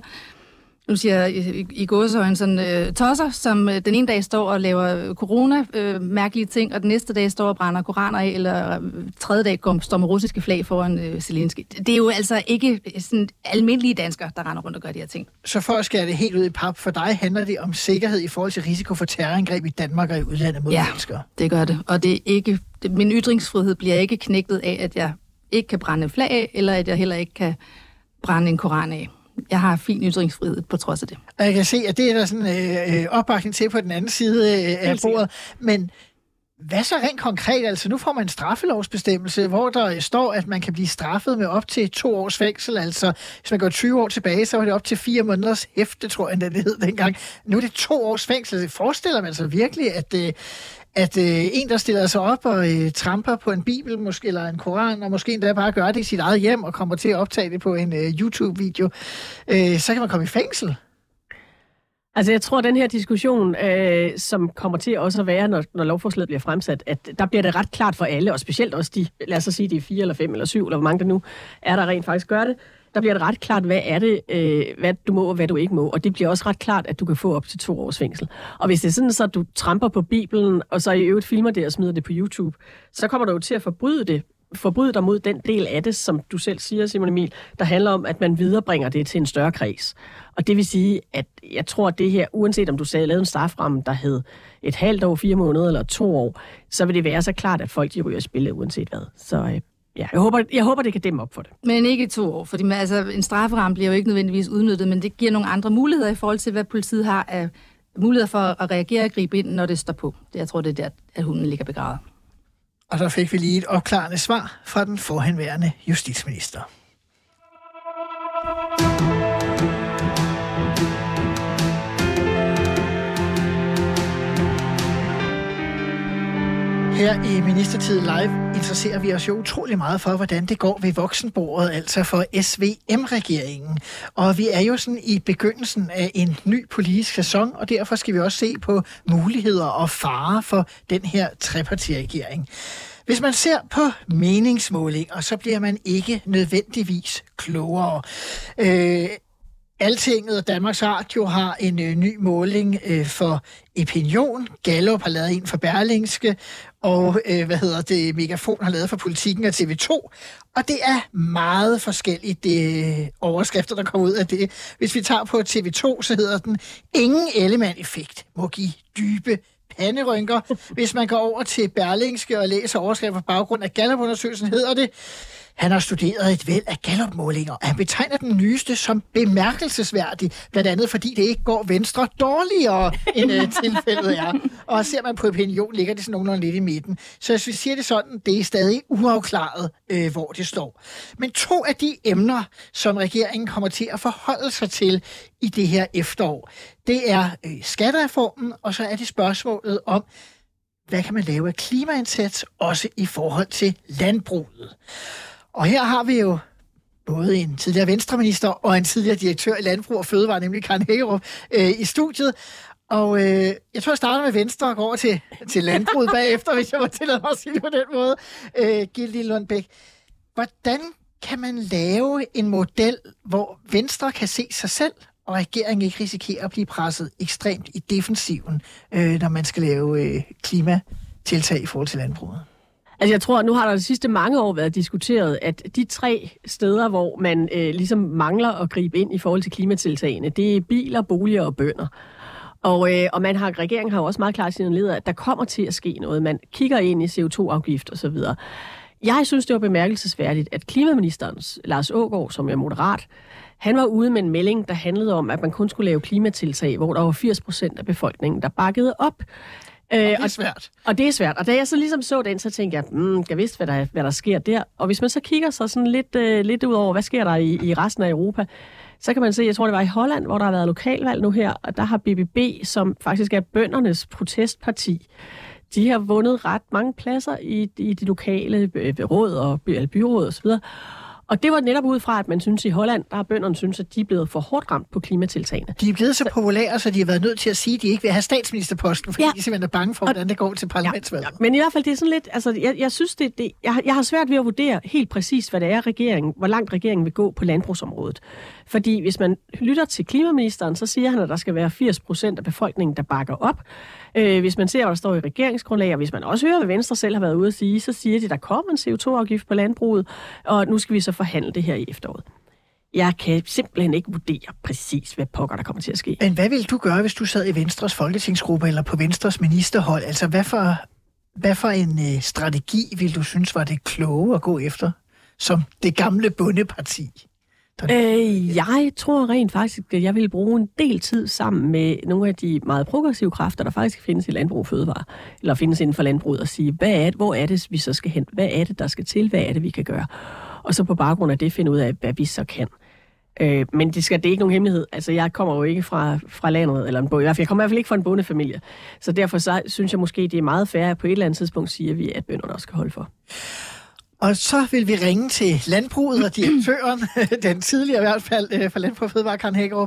nu siger jeg i, i gåseøjne, sådan øh, tosser, som øh, den ene dag står og laver corona-mærkelige øh, ting, og den næste dag står og brænder koraner af, eller øh, tredje dag går, står med russiske flag foran øh, Zelensky. Det er jo altså ikke sådan almindelige danskere, der render rundt og gør de her ting. Så for at skære det helt ud i pap, for dig handler det om sikkerhed i forhold til risiko for terrorangreb i Danmark og i udlandet mod ja, mennesker? Det gør det. Og det er ikke, det, min ytringsfrihed bliver ikke knægtet af, at jeg ikke kan brænde en flag af, eller at jeg heller ikke kan brænde en koran af. Jeg har fin ytringsfrihed på trods af det. Og jeg kan se, at det er der sådan øh, opbakning til på den anden side øh, af bordet. Men hvad så rent konkret? Altså nu får man en straffelovsbestemmelse, hvor der står, at man kan blive straffet med op til to års fængsel. Altså hvis man går tyve år tilbage, så var det op til fire måneders hæfte, tror jeg, det hed dengang. Nu er det to års fængsel. Forestiller man sig virkelig, at... Øh, at øh, en, der stiller sig op og øh, tramper på en bibel måske, eller en koran, og måske endda bare gør det i sit eget hjem og kommer til at optage det på en øh, YouTube-video, øh, så kan man komme i fængsel. Altså jeg tror, at den her diskussion, øh, som kommer til også at være, når, når lovforslaget bliver fremsat, at der bliver det ret klart for alle, og specielt også de, lad os sige, de er fire eller fem eller syv, eller hvor mange der nu er, der rent faktisk gør det, der bliver det ret klart, hvad er det, øh, hvad du må og hvad du ikke må. Og det bliver også ret klart, at du kan få op til to års fængsel. Og hvis det er sådan, så du tramper på Bibelen, og så i øvrigt filmer det og smider det på YouTube, så kommer du jo til at forbryde det, forbryde dig mod den del af det, som du selv siger, Simon Emil, der handler om, at man viderebringer det til en større kreds. Og det vil sige, at jeg tror, at det her, uanset om du sagde, lavede en strafferamme, der hed et halvt år, fire måneder eller to år, så vil det være så klart, at folk de ryger i spillet, uanset hvad. Så øh, ja, jeg håber, jeg håber, det kan dæmme op for det. Men ikke i to år, fordi man, altså, en strafferamme bliver jo ikke nødvendigvis udnyttet, men det giver nogle andre muligheder i forhold til, hvad politiet har af muligheder for at reagere og gribe ind, når det står på. Jeg tror, det er der, at hunden ligger begravet. Og så fik vi lige et opklarende svar fra den forhenværende justitsminister. Her i Ministertid Live interesserer vi os jo utrolig meget for, hvordan det går ved voksenbordet, altså for S V M-regeringen. Og vi er jo sådan i begyndelsen af en ny politisk sæson, og derfor skal vi også se på muligheder og farer for den her trepartiregering. Hvis man ser på meningsmålinger, så bliver man ikke nødvendigvis klogere. Øh, Altinget og Danmarks Radio har en øh, ny måling øh, for Opinion. Gallup har lavet en for Berlingske, og øh, hvad hedder det, Megafon har lavet for Politikken og T V to. Og det er meget forskelligt, det overskrifter, der kommer ud af det. Hvis vi tager på T V to, så hedder den, ingen Ellemann-effekt må give dybe panderynker. Hvis man går over til Berlingske og læser overskrifter på baggrund af Gallup-undersøgelsen, hedder det, han har studeret et væld af Gallup-målinger, og han betegner den nyeste som bemærkelsesværdig, blandt andet fordi det ikke går Venstre dårligere, end uh, tilfældet er. Og ser man på Opinion, ligger det sådan nogenlunde lidt i midten. Så hvis vi siger det sådan, det er stadig uafklaret, øh, hvor det står. Men to af de emner, som regeringen kommer til at forholde sig til i det her efterår, det er øh, skattereformen, og så er det spørgsmålet om, hvad kan man lave af klimaindsats, også i forhold til landbruget. Og her har vi jo både en tidligere venstreminister og en tidligere direktør i Landbrug og Fødevare, nemlig Karen Hækkerup, øh, i studiet. Og øh, jeg tror, jeg starter med Venstre og går over til, til landbruget bagefter, hvis jeg må tillade mig at sige det på den måde. Øh, Gilde Lundbæk, hvordan kan man lave en model, hvor Venstre kan se sig selv, og regeringen ikke risikerer at blive presset ekstremt i defensiven, øh, når man skal lave øh, klimatiltag i forhold til landbruget? Altså jeg tror, at nu har der de sidste mange år været diskuteret, at de tre steder, hvor man øh, ligesom mangler at gribe ind i forhold til klimatiltagene, det er biler, boliger og bønder. Og, øh, og man har, regeringen har jo også meget klart signaleret, at der kommer til at ske noget. Man kigger ind i C O to afgift og så videre. Jeg synes, det var bemærkelsesværdigt, at klimaministeren, Lars Aagaard, som er moderat, han var ude med en melding, der handlede om, at man kun skulle lave klimatiltag, hvor der var firs procent af befolkningen, der bakkede op. Og det er svært. Og, og det er svært. Og da jeg så ligesom så den, så tænkte jeg, mm, jeg vidste, hvad der, hvad der sker der. Og hvis man så kigger så sådan lidt, øh, lidt ud over, hvad sker der i, i resten af Europa, så kan man se, jeg tror, det var i Holland, hvor der har været lokalvalg nu her, og der har B B B, som faktisk er bøndernes protestparti, de har vundet ret mange pladser i, i de lokale øh, råd og by, byråd og så videre. Og det var netop ud fra, at man synes i Holland, der har bønderne synes, at de er blevet for hårdt ramt på klimatiltagene. De er blevet så populære, så de har været nødt til at sige, at de ikke vil have statsministerposten, fordi ja. de simpelthen er bange for, hvordan det går til parlamentsvalget. Ja, ja. Men i hvert fald, det er sådan lidt, altså jeg, jeg synes, det, det jeg, jeg har svært ved at vurdere helt præcis, hvad det er regeringen, hvor langt regeringen vil gå på landbrugsområdet. Fordi hvis man lytter til klimaministeren, så siger han, at der skal være firs procent af befolkningen, der bakker op. Øh, hvis man ser, hvad der står i regeringsgrundlag, og hvis man også hører, hvad Venstre selv har været ude at sige, så siger de, at der kommer en C O to afgift på landbruget, og nu skal vi så forhandle det her i efteråret. Jeg kan simpelthen ikke vurdere præcis, hvad pokker der kommer til at ske. Men hvad ville du gøre, hvis du sad i Venstres folketingsgruppe eller på Venstres ministerhold? Altså, hvad for, hvad for en øh, strategi ville du synes var det kloge at gå efter, som det gamle bondeparti? Øh, jeg tror rent faktisk, at jeg vil bruge en del tid sammen med nogle af de meget progressive kræfter, der faktisk findes i landbrug og fødevare, eller findes inden for landbruget, og sige, hvad er det, hvor er det, vi så skal hen? Hvad er det, der skal til? Hvad er det, vi kan gøre? Og så på baggrund af det finde ud af, hvad vi så kan. Øh, men det, skal, det er ikke nogen hemmelighed. Altså, jeg kommer jo ikke fra, fra landet, eller en bo, jeg kommer i hvert fald ikke fra en bondefamilie. Så derfor så synes jeg måske, det er meget fair, at på et eller andet tidspunkt siger vi, at bønderne også skal holde for. Og så vil vi ringe til landbruget og direktøren, den tidligere i hvert fald, for Landbrug og Fødevare, Karen Hækkerup.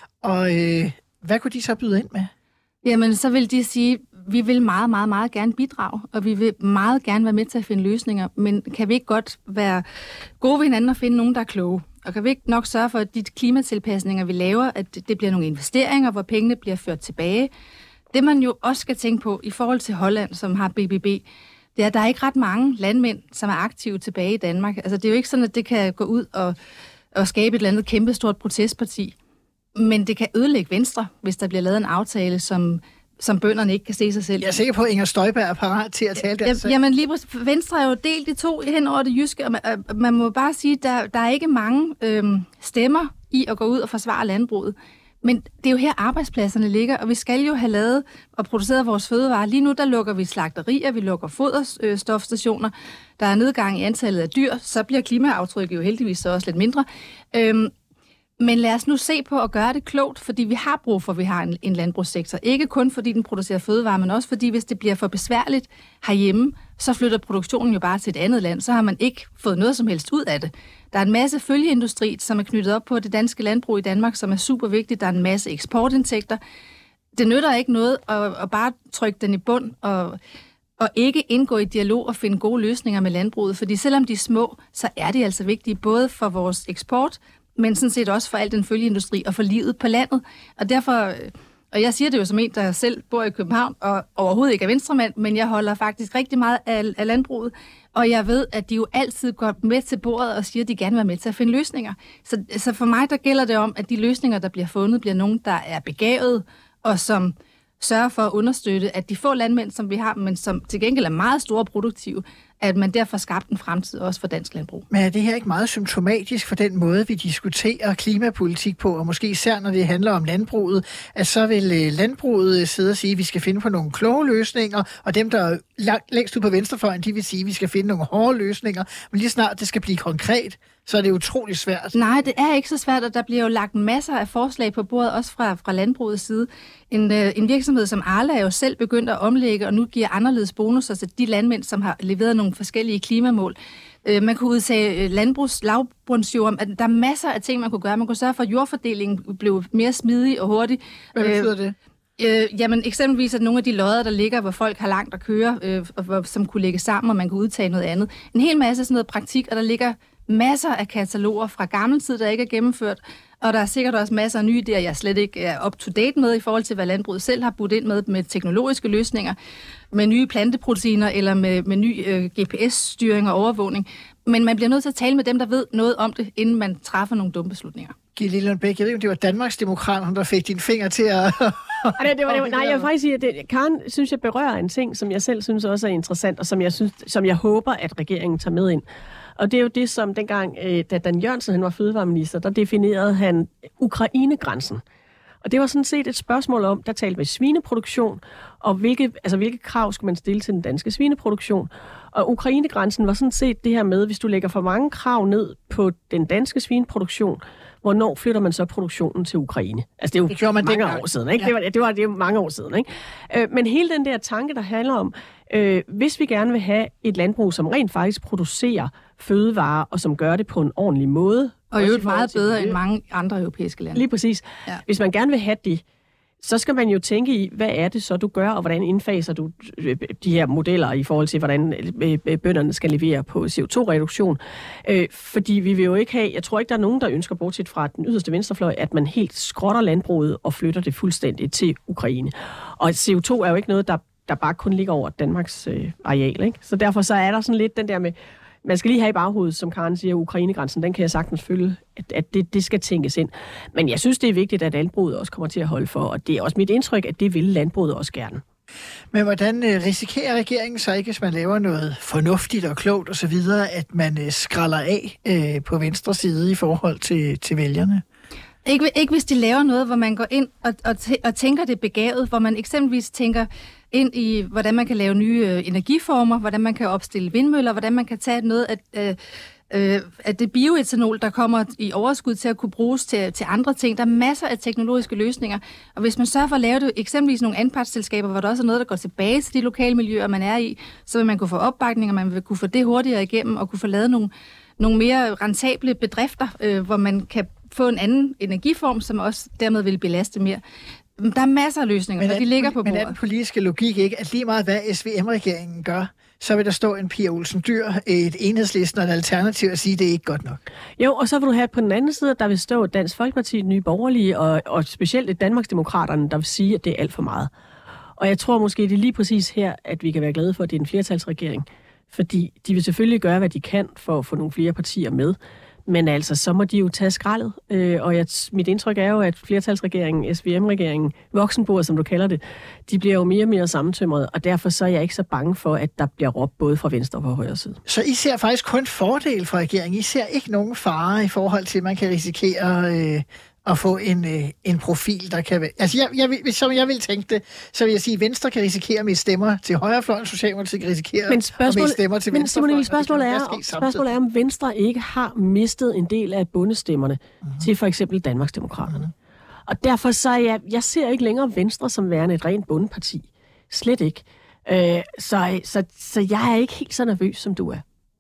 Og øh, hvad kunne de så byde ind med? Jamen, så vil de sige, vi vil meget, meget, meget gerne bidrage, og vi vil meget gerne være med til at finde løsninger, men kan vi ikke godt være gode ved hinanden og finde nogen, der er kloge? Og kan vi ikke nok sørge for, at de klimatilpasninger, vi laver, at det bliver nogle investeringer, hvor pengene bliver ført tilbage? Det man jo også skal tænke på i forhold til Holland, som har B B B, det er, at der er ikke ret mange landmænd, som er aktive tilbage i Danmark. Altså, det er jo ikke sådan, at det kan gå ud og, og skabe et eller andet kæmpestort protestparti. Men det kan ødelægge Venstre, hvis der bliver lavet en aftale, som, som bønderne ikke kan se sig selv. Jeg er sikker på, at Inger Støjberg er parat til at tale det. Jamen lige præcis. Venstre er jo delt i to hen over det jyske, og man, man må bare sige, at der, der er ikke mange øhm, stemmer i at gå ud og forsvare landbruget. Men det er jo her arbejdspladserne ligger, og vi skal jo have lavet og produceret vores fødevarer. Lige nu der lukker vi slagterier, vi lukker foderstofstationer, der er nedgang i antallet af dyr, så bliver klimaaftrykket jo heldigvis så også lidt mindre. Øhm, men lad os nu se på at gøre det klogt, fordi vi har brug for, at vi har en, en landbrugssektor. Ikke kun fordi den producerer fødevarer, men også fordi hvis det bliver for besværligt herhjemme, så flytter produktionen jo bare til et andet land. Så har man ikke fået noget som helst ud af det. Der er en masse følgeindustri, som er knyttet op på det danske landbrug i Danmark, som er super vigtigt. Der er en masse eksportindtægter. Det nytter ikke noget at, at bare trykke den i bund og, og ikke indgå i dialog og finde gode løsninger med landbruget. Fordi selvom de er små, så er de altså vigtige både for vores eksport, men sådan set også for al den følgeindustri og for livet på landet. Og derfor, og jeg siger det jo som en, der selv bor i København og overhovedet ikke er venstremand, men jeg holder faktisk rigtig meget af, af landbruget, og jeg ved, at de jo altid går med til bordet og siger, at de gerne vil være med til at finde løsninger. Så, så for mig, der gælder det om, at de løsninger, der bliver fundet, bliver nogen, der er begavet, og som sørger for at understøtte, at de få landmænd, som vi har, men som til gengæld er meget store og produktive, at man derfor skabte en fremtid også for dansk landbrug. Men er det her ikke meget symptomatisk for den måde, vi diskuterer klimapolitik på, og måske især når det handler om landbruget, at så vil landbruget sidde og sige, at vi skal finde på nogle kloge løsninger, og dem, der er længst ud på venstrefløjen, de vil sige, at vi skal finde nogle hårde løsninger, men lige snart det skal blive konkret, så er det utrolig svært. Nej, det er ikke så svært, og der bliver jo lagt masser af forslag på bordet, også fra, fra landbrugets side. En, øh, en virksomhed som Arla er jo selv begyndt at omlægge, og nu giver anderledes bonusser til de landmænd, som har leveret nogle forskellige klimamål. Øh, man kunne udsage landbrugs lavbundsjord. Der er masser af ting, man kunne gøre. Man kunne sørge for, at jordfordelingen blev mere smidig og hurtig. Hvad betyder det? Øh, jamen eksempelvis at nogle af de lodder, der ligger, hvor folk har langt at køre, øh, og hvor, som kunne lægge sammen, og man kunne udtage noget andet. En hel masse sådan noget praktik, og der ligger masser af kataloger fra gammel tid, der ikke er gennemført, og der er sikkert også masser af nye idéer, jeg slet ikke er up-to-date med i forhold til, hvad landbruget selv har budt ind med, med teknologiske løsninger, med nye planteproteiner eller med, med ny øh, G P S-styring og overvågning. Men man bliver nødt til at tale med dem, der ved noget om det, inden man træffer nogle dumme beslutninger. Gitte Lillelund Bech, jeg ved ikke, om det var Danmarksdemokraterne, der fik dine fingre til at... det, det var, det var, nej, jeg vil faktisk sige, at det, Karen synes, jeg berører en ting, som jeg selv synes også er interessant, og som jeg, synes, som jeg håber, at regeringen tager med ind. Og det er jo det, som dengang, da Dan Jørgensen han var fødevareminister, der definerede han Ukraine-grænsen. Og det var sådan set et spørgsmål om, der talte med svineproduktion, og hvilke, altså hvilke krav skulle man stille til den danske svineproduktion. Og Ukraine-grænsen var sådan set det her med, hvis du lægger for mange krav ned på den danske svineproduktion, hvornår flytter man så produktionen til Ukraine? Altså det er jo det man mange dengang. år siden, ikke? Ja. Det, var, det, var, det var mange år siden, ikke? Øh, men hele den der tanke, der handler om, øh, hvis vi gerne vil have et landbrug, som rent faktisk producerer fødevarer, og som gør det på en ordentlig måde. Og jo meget bedre end mange andre europæiske lande. Lige præcis. Ja. Hvis man gerne vil have det, så skal man jo tænke i, hvad er det så, du gør, og hvordan indfaser du de her modeller i forhold til, hvordan bønderne skal levere på C O to reduktion. Øh, fordi vi vil jo ikke have, jeg tror ikke, der er nogen, der ønsker, bortset fra den yderste venstrefløj, at man helt skrotter landbruget og flytter det fuldstændigt til Ukraine. Og C O to er jo ikke noget, der, der bare kun ligger over Danmarks øh, areal, ikke? Så derfor så er der sådan lidt den der med, man skal lige have i baghovedet, som Karen siger, Ukraine-grænsen, den kan jeg sagtens følge, at, at det, det skal tænkes ind. Men jeg synes, det er vigtigt, at landbruget også kommer til at holde for, og det er også mit indtryk, at det vil landbruget også gerne. Men hvordan risikerer regeringen så ikke, hvis man laver noget fornuftigt og klogt osv., at man skralder af øh, på venstre side i forhold til, til vælgerne? Ikke, ikke hvis de laver noget, hvor man går ind og, og, og tænker det begavet, hvor man eksempelvis tænker ind i, hvordan man kan lave nye øh, energiformer, hvordan man kan opstille vindmøller, hvordan man kan tage noget af, øh, øh, af det bioetanol, der kommer i overskud til at kunne bruges til, til andre ting. Der er masser af teknologiske løsninger, og hvis man sørger for at lave det, eksempelvis nogle anpartsselskaber, hvor der også er noget, der går tilbage til de lokale miljøer, man er i, så vil man kunne få opbakning, og man vil kunne få det hurtigere igennem, og kunne få lavet nogle, nogle mere rentable bedrifter, øh, hvor man kan få en anden energiform, som også dermed vil belaste mere. Der er masser af løsninger, og de ligger på bordet. Men er den politiske logik ikke, at lige meget hvad S V M-regeringen gør, så vil der stå en Pia Olsen Dyhr, et Enhedslisten og et alternativ og sige, at det er ikke godt nok? Jo, og så vil du have på den anden side, der vil stå Dansk Folkeparti, Nye Borgerlige, og, og specielt et Danmarksdemokraterne, der vil sige, at det er alt for meget. Og jeg tror måske, det er lige præcis her, at vi kan være glade for, at det er en flertalsregering. Fordi de vil selvfølgelig gøre, hvad de kan for at få nogle flere partier med. Men altså, så må de jo tage skraldet. Øh, og jeg, mit indtryk er jo, at flertalsregeringen, S V M-regeringen, voksenbordet, som du kalder det, de bliver jo mere og mere sammentømret, og derfor så er jeg ikke så bange for, at der bliver råbt både fra venstre og fra højre side. Så I ser faktisk kun fordel fra regeringen? I ser ikke nogen fare i forhold til, at man kan risikere øh, at få en, øh, en profil, der kan være... Altså, jeg, jeg, vil, som jeg vil tænke det, så vil jeg sige, at Venstre kan risikere med stemmer til højrefløjen, Socialdemokratiet kan risikere med stemmer til venstrefløjen. Men spørgsmålet er, spørgsmålet er, om Venstre ikke har mistet en del af bondestemmerne uh-huh. til for eksempel Danmarksdemokraterne. Uh-huh. Og derfor så er jeg, jeg ser ikke længere Venstre som værende et rent bondeparti. Slet ikke. Øh, så, så, så jeg er ikke helt så nervøs, som du er.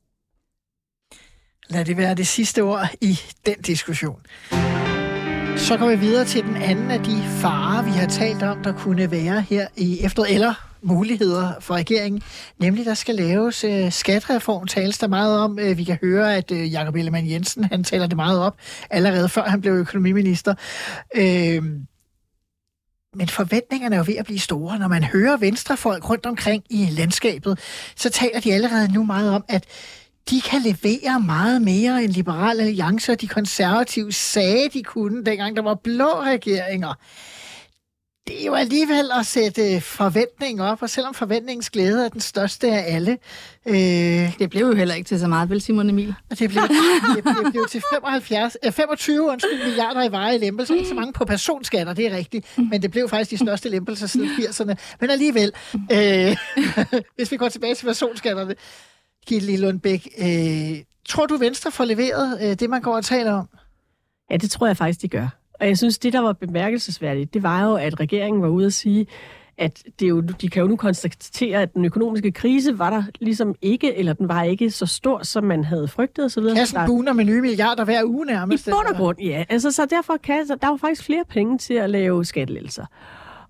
Lad det være det sidste ord i den diskussion. Så går vi videre til den anden af de farer, vi har talt om, der kunne være her i efteråret, eller muligheder for regeringen, nemlig der skal laves øh, skattereform, tales der meget om. Øh, vi kan høre, at øh, Jakob Ellemann-Jensen, han taler det meget op, allerede før han blev økonomiminister. Øh, men forventningerne er jo ved at blive store. Når man hører venstrefolk rundt omkring i landskabet, så taler de allerede nu meget om, at de kan levere meget mere end Liberal Alliance, og de konservative sagde, de kunne, dengang der var blå regeringer. Det er jo alligevel at sætte forventningen op, og selvom forventningens glæde er den største af alle. Øh, det blev jo heller ikke til så meget, vel, Simon Emil? Det blev, det, det blev til femoghalvfjerds, femogtyve undskyld, milliarder i varige lempelser. Ikke så mange på personskatter, det er rigtigt, men det blev faktisk de største lempelser siden firserne. Men alligevel, øh, hvis vi går tilbage til personskatterne, Gitte Lillelund Bech, øh, tror du Venstre får leveret øh, det, man går og taler om? Ja, det tror jeg faktisk, de gør. Og jeg synes, det, der var bemærkelsesværdigt, det var jo, at regeringen var ude at sige, at det jo, de kan jo nu konstatere, at den økonomiske krise var der ligesom ikke, eller den var ikke så stor, som man havde frygtet osv. Kassen buner med nye milliarder hver uge nærmest. I bund og grund, ja. Altså, så derfor kan der var faktisk flere penge til at lave skattelettelser.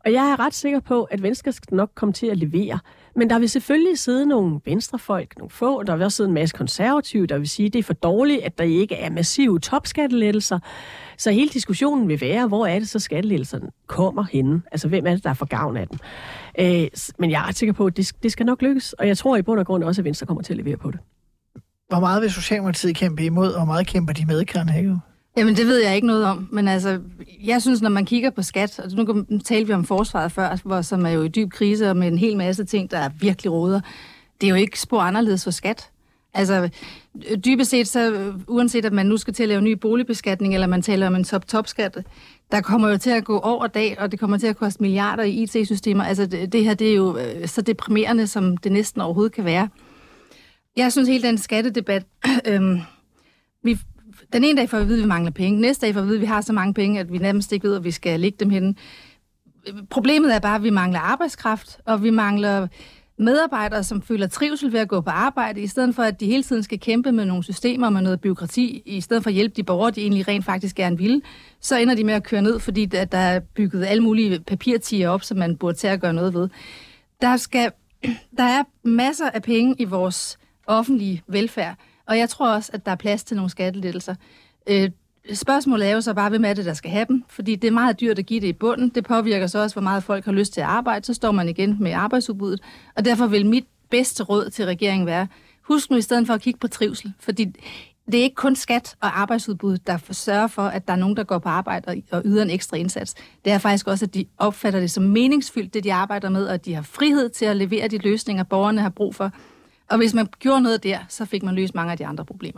Og jeg er ret sikker på, at Venstre skal nok komme til at levere. Men der vil selvfølgelig sidde nogle venstrefolk, nogle få, der vil også sidde en masse konservative, der vil sige, at det er for dårligt, at der ikke er massive topskattelettelser. Så hele diskussionen vil være, hvor er det så skattelettelserne kommer henne? Altså, hvem er det, der er for gavn af dem? Øh, men jeg er ret sikker på, at det, det skal nok lykkes, og jeg tror i bund og grund også, at Venstre kommer til at levere på det. Hvor meget vil Socialdemokratiet kæmpe imod, og hvor meget kæmper de med, Karen Hækkerup? Jamen, det ved jeg ikke noget om, men altså, jeg synes, når man kigger på skat, og nu talte vi om forsvaret før, hvor, som er jo i dyb krise, og med en hel masse ting, der er virkelig roder, det er jo ikke spor anderledes for skat. Altså, dybest set, så uanset at man nu skal til at lave ny boligbeskatning, eller man taler om en top-top-skat, der kommer jo til at gå år og dag, og det kommer til at koste milliarder i I T-systemer. Altså, det, det her, det er jo så deprimerende, som det næsten overhovedet kan være. Jeg synes, hele den skattedebat, øh, vi den ene dag får vi at vide, at vi mangler penge. Næste dag får vi at vide, at vi har så mange penge, at vi nærmest ikke ved, at vi skal lægge dem henne. Problemet er bare, at vi mangler arbejdskraft, og vi mangler medarbejdere, som føler trivsel ved at gå på arbejde, i stedet for, at de hele tiden skal kæmpe med nogle systemer, med noget byråkrati, i stedet for at hjælpe de borgere, de egentlig rent faktisk gerne vil, så ender de med at køre ned, fordi der er bygget alle mulige papirtiger op, som man burde til at gøre noget ved. Der, skal, der er masser af penge i vores offentlige velfærd, og jeg tror også, at der er plads til nogle skattelettelser. Øh, spørgsmålet er jo så bare, hvem er det, der skal have dem? Fordi det er meget dyrt at give det i bunden. Det påvirker så også, hvor meget folk har lyst til at arbejde. Så står man igen med arbejdsudbuddet. Og derfor vil mit bedste råd til regeringen være, husk nu i stedet for at kigge på trivsel. Fordi det er ikke kun skat og arbejdsudbud, der sørger for, at der er nogen, der går på arbejde og yder en ekstra indsats. Det er faktisk også, at de opfatter det som meningsfyldt, det de arbejder med, og at de har frihed til at levere de løsninger, borgerne har brug for. Og hvis man gjorde noget der, så fik man løst mange af de andre problemer.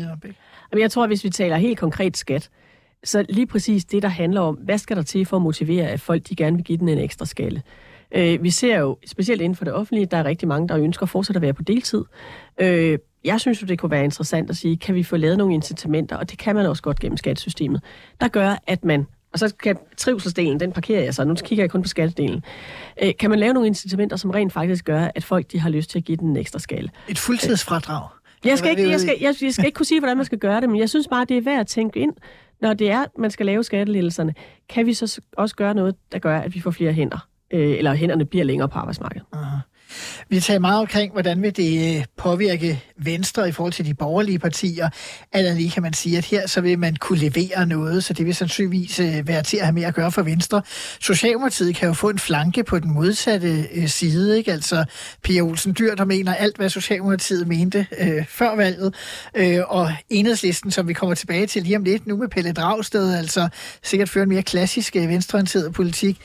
Jeg tror, at hvis vi taler helt konkret skat, så lige præcis det, der handler om, hvad skal der til for at motivere, at folk de gerne vil give den en ekstra skalle. Øh, vi ser jo, specielt inden for det offentlige, der er rigtig mange, der ønsker fortsat at være på deltid. Øh, jeg synes jo, det kunne være interessant at sige, kan vi få lavet nogle incitamenter, og det kan man også godt gennem skattesystemet, der gør, at man, og så kan trivselsdelen, den parkerer jeg så, nu kigger jeg kun på skattedelen, øh, kan man lave nogle incitamenter, som rent faktisk gør, at folk de har lyst til at give den en ekstra skalle. Et fuldtidsfradrag. Jeg skal, ikke, jeg, skal, jeg, jeg skal ikke kunne sige, hvordan man skal gøre det, men jeg synes bare, det er værd at tænke ind, når det er, man skal lave skattelettelserne. Kan vi så også gøre noget, der gør, at vi får flere hænder, øh, eller hænderne bliver længere på arbejdsmarkedet? Aha. Vi taler meget omkring, hvordan vil det påvirke Venstre i forhold til de borgerlige partier. Eller lige kan man sige, at her så vil man kunne levere noget, så det vil sandsynligvis være til at have mere at gøre for Venstre. Socialdemokratiet kan jo få en flanke på den modsatte side, ikke? Altså Pia Olsen Dyhr, der mener alt, hvad Socialdemokratiet mente øh, før valget, øh, og Enhedslisten, som vi kommer tilbage til lige om lidt, nu med Pelle Dragsted, altså sikkert føre en mere klassisk venstreorienteret politik.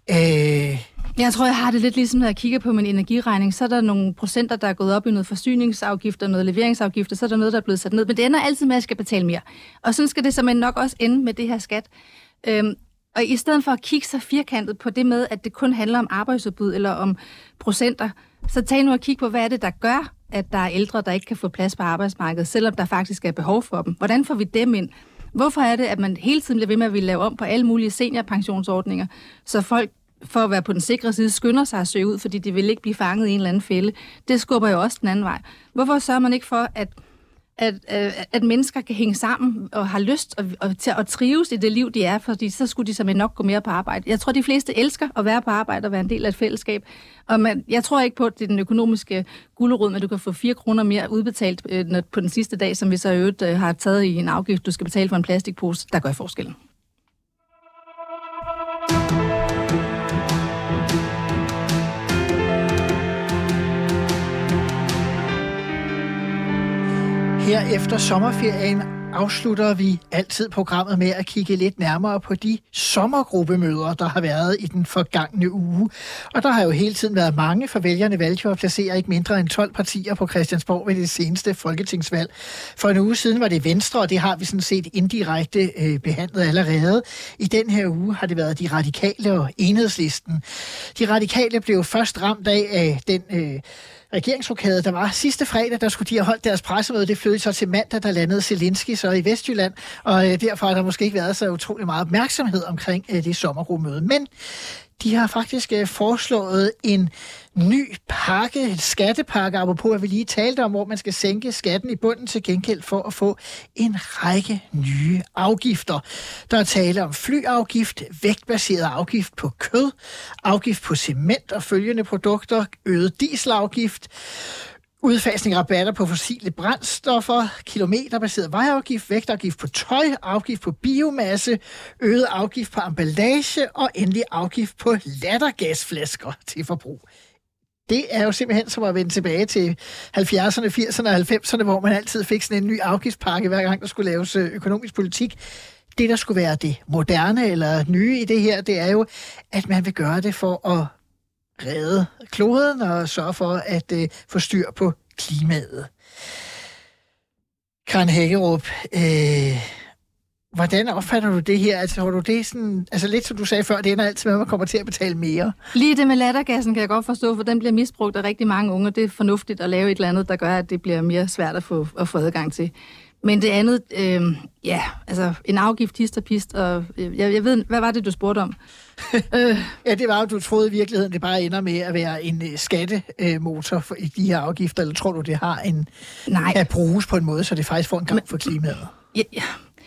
Øh, Jeg tror, jeg har det lidt ligesom, når jeg kigger på min energiregning, så er der nogle procenter, der er gået op i noget forsyningsafgifter, noget leveringsafgifter, så er der noget, der er blevet sat ned. Men det ender altid med, at jeg skal betale mere. Og sådan skal det simpelthen nok også ende med det her skat. Øhm, og i stedet for at kigge så firkantet på det med, at det kun handler om arbejdsudbud eller om procenter, så tag nu og kig på, hvad er det, der gør, at der er ældre, der ikke kan få plads på arbejdsmarkedet, selvom der faktisk er behov for dem. Hvordan får vi dem ind? Hvorfor er det, at man hele tiden bliver ved med at ville lave om på alle mulige seniorpensionsordninger, så folk for at være på den sikre side, skynder sig at søge ud, fordi de vil ikke blive fanget i en eller anden fælde. Det skubber jo også den anden vej. Hvorfor sørger man ikke for, at, at, at, at mennesker kan hænge sammen og har lyst og, og, til at trives i det liv, de er, fordi så skulle de simpelthen nok gå mere på arbejde. Jeg tror, de fleste elsker at være på arbejde og være en del af et fællesskab. Og man, jeg tror ikke på, at det er den økonomiske gulerod, at du kan få fire kroner mere udbetalt øh, på den sidste dag, som vi så i øvrigt øh, har taget i en afgift, du skal betale for en plastikpose. Der gør forskellen. Her efter sommerferien afslutter vi altid programmet med at kigge lidt nærmere på de sommergruppemøder, der har været i den forgangne uge. Og der har jo hele tiden været mange, for vælgerne valgte jo at placere ikke mindre end tolv partier på Christiansborg ved det seneste folketingsvalg. For en uge siden var det Venstre, og det har vi sådan set indirekte øh, behandlet allerede. I den her uge har det været de radikale og Enhedslisten. De radikale blev først ramt af, af den Øh, regeringsrokade, der var sidste fredag, der skulle de have holdt deres pressemøde. Det flyttede så til mandag, der landede Zelensky så i Vestjylland, og øh, derfor har der måske ikke været så utrolig meget opmærksomhed omkring øh, det sommergruppemøde. Men De har faktisk øh, foreslået en ny pakke, en skattepakke, apropos at vi lige talte om, hvor man skal sænke skatten i bunden til gengæld for at få en række nye afgifter. Der er tale om flyafgift, vægtbaseret afgift på kød, afgift på cement og følgende produkter, øget dieselafgift, udfasning af rabatter på fossile brændstoffer, kilometerbaseret vejafgift, vægtafgift på tøj, afgift på biomasse, øget afgift på emballage og endelig afgift på lattergasflasker til forbrug. Det er jo simpelthen som at vende tilbage til halvfjerdserne, firserne og halvfemserne, hvor man altid fik sådan en ny afgiftspakke, hver gang der skulle laves økonomisk politik. Det, der skulle være det moderne eller nye i det her, det er jo, at man vil gøre det for at redde kloden og sørge for at øh, få styr på klimaet. Karen Hækkerup, øh, hvordan opfatter du det her? Altså, har du det sådan, altså lidt som du sagde før, det ender altid med, at man kommer til at betale mere. Lige det med lattergassen kan jeg godt forstå, for den bliver misbrugt af rigtig mange unge. Det er fornuftigt at lave et eller andet, der gør, at det bliver mere svært at få, at få adgang til. Men det andet, øh, ja, altså en afgift, hist og pist, og øh, jeg, jeg ved, hvad var det, du spurgte om? øh. Ja, det var jo, du troede i virkeligheden, det bare ender med at være en uh, skattemotor for, i de her afgifter, eller tror du, det har en, Nej. At bruges på en måde, så det faktisk får en gang for klimaet? Ja, ja.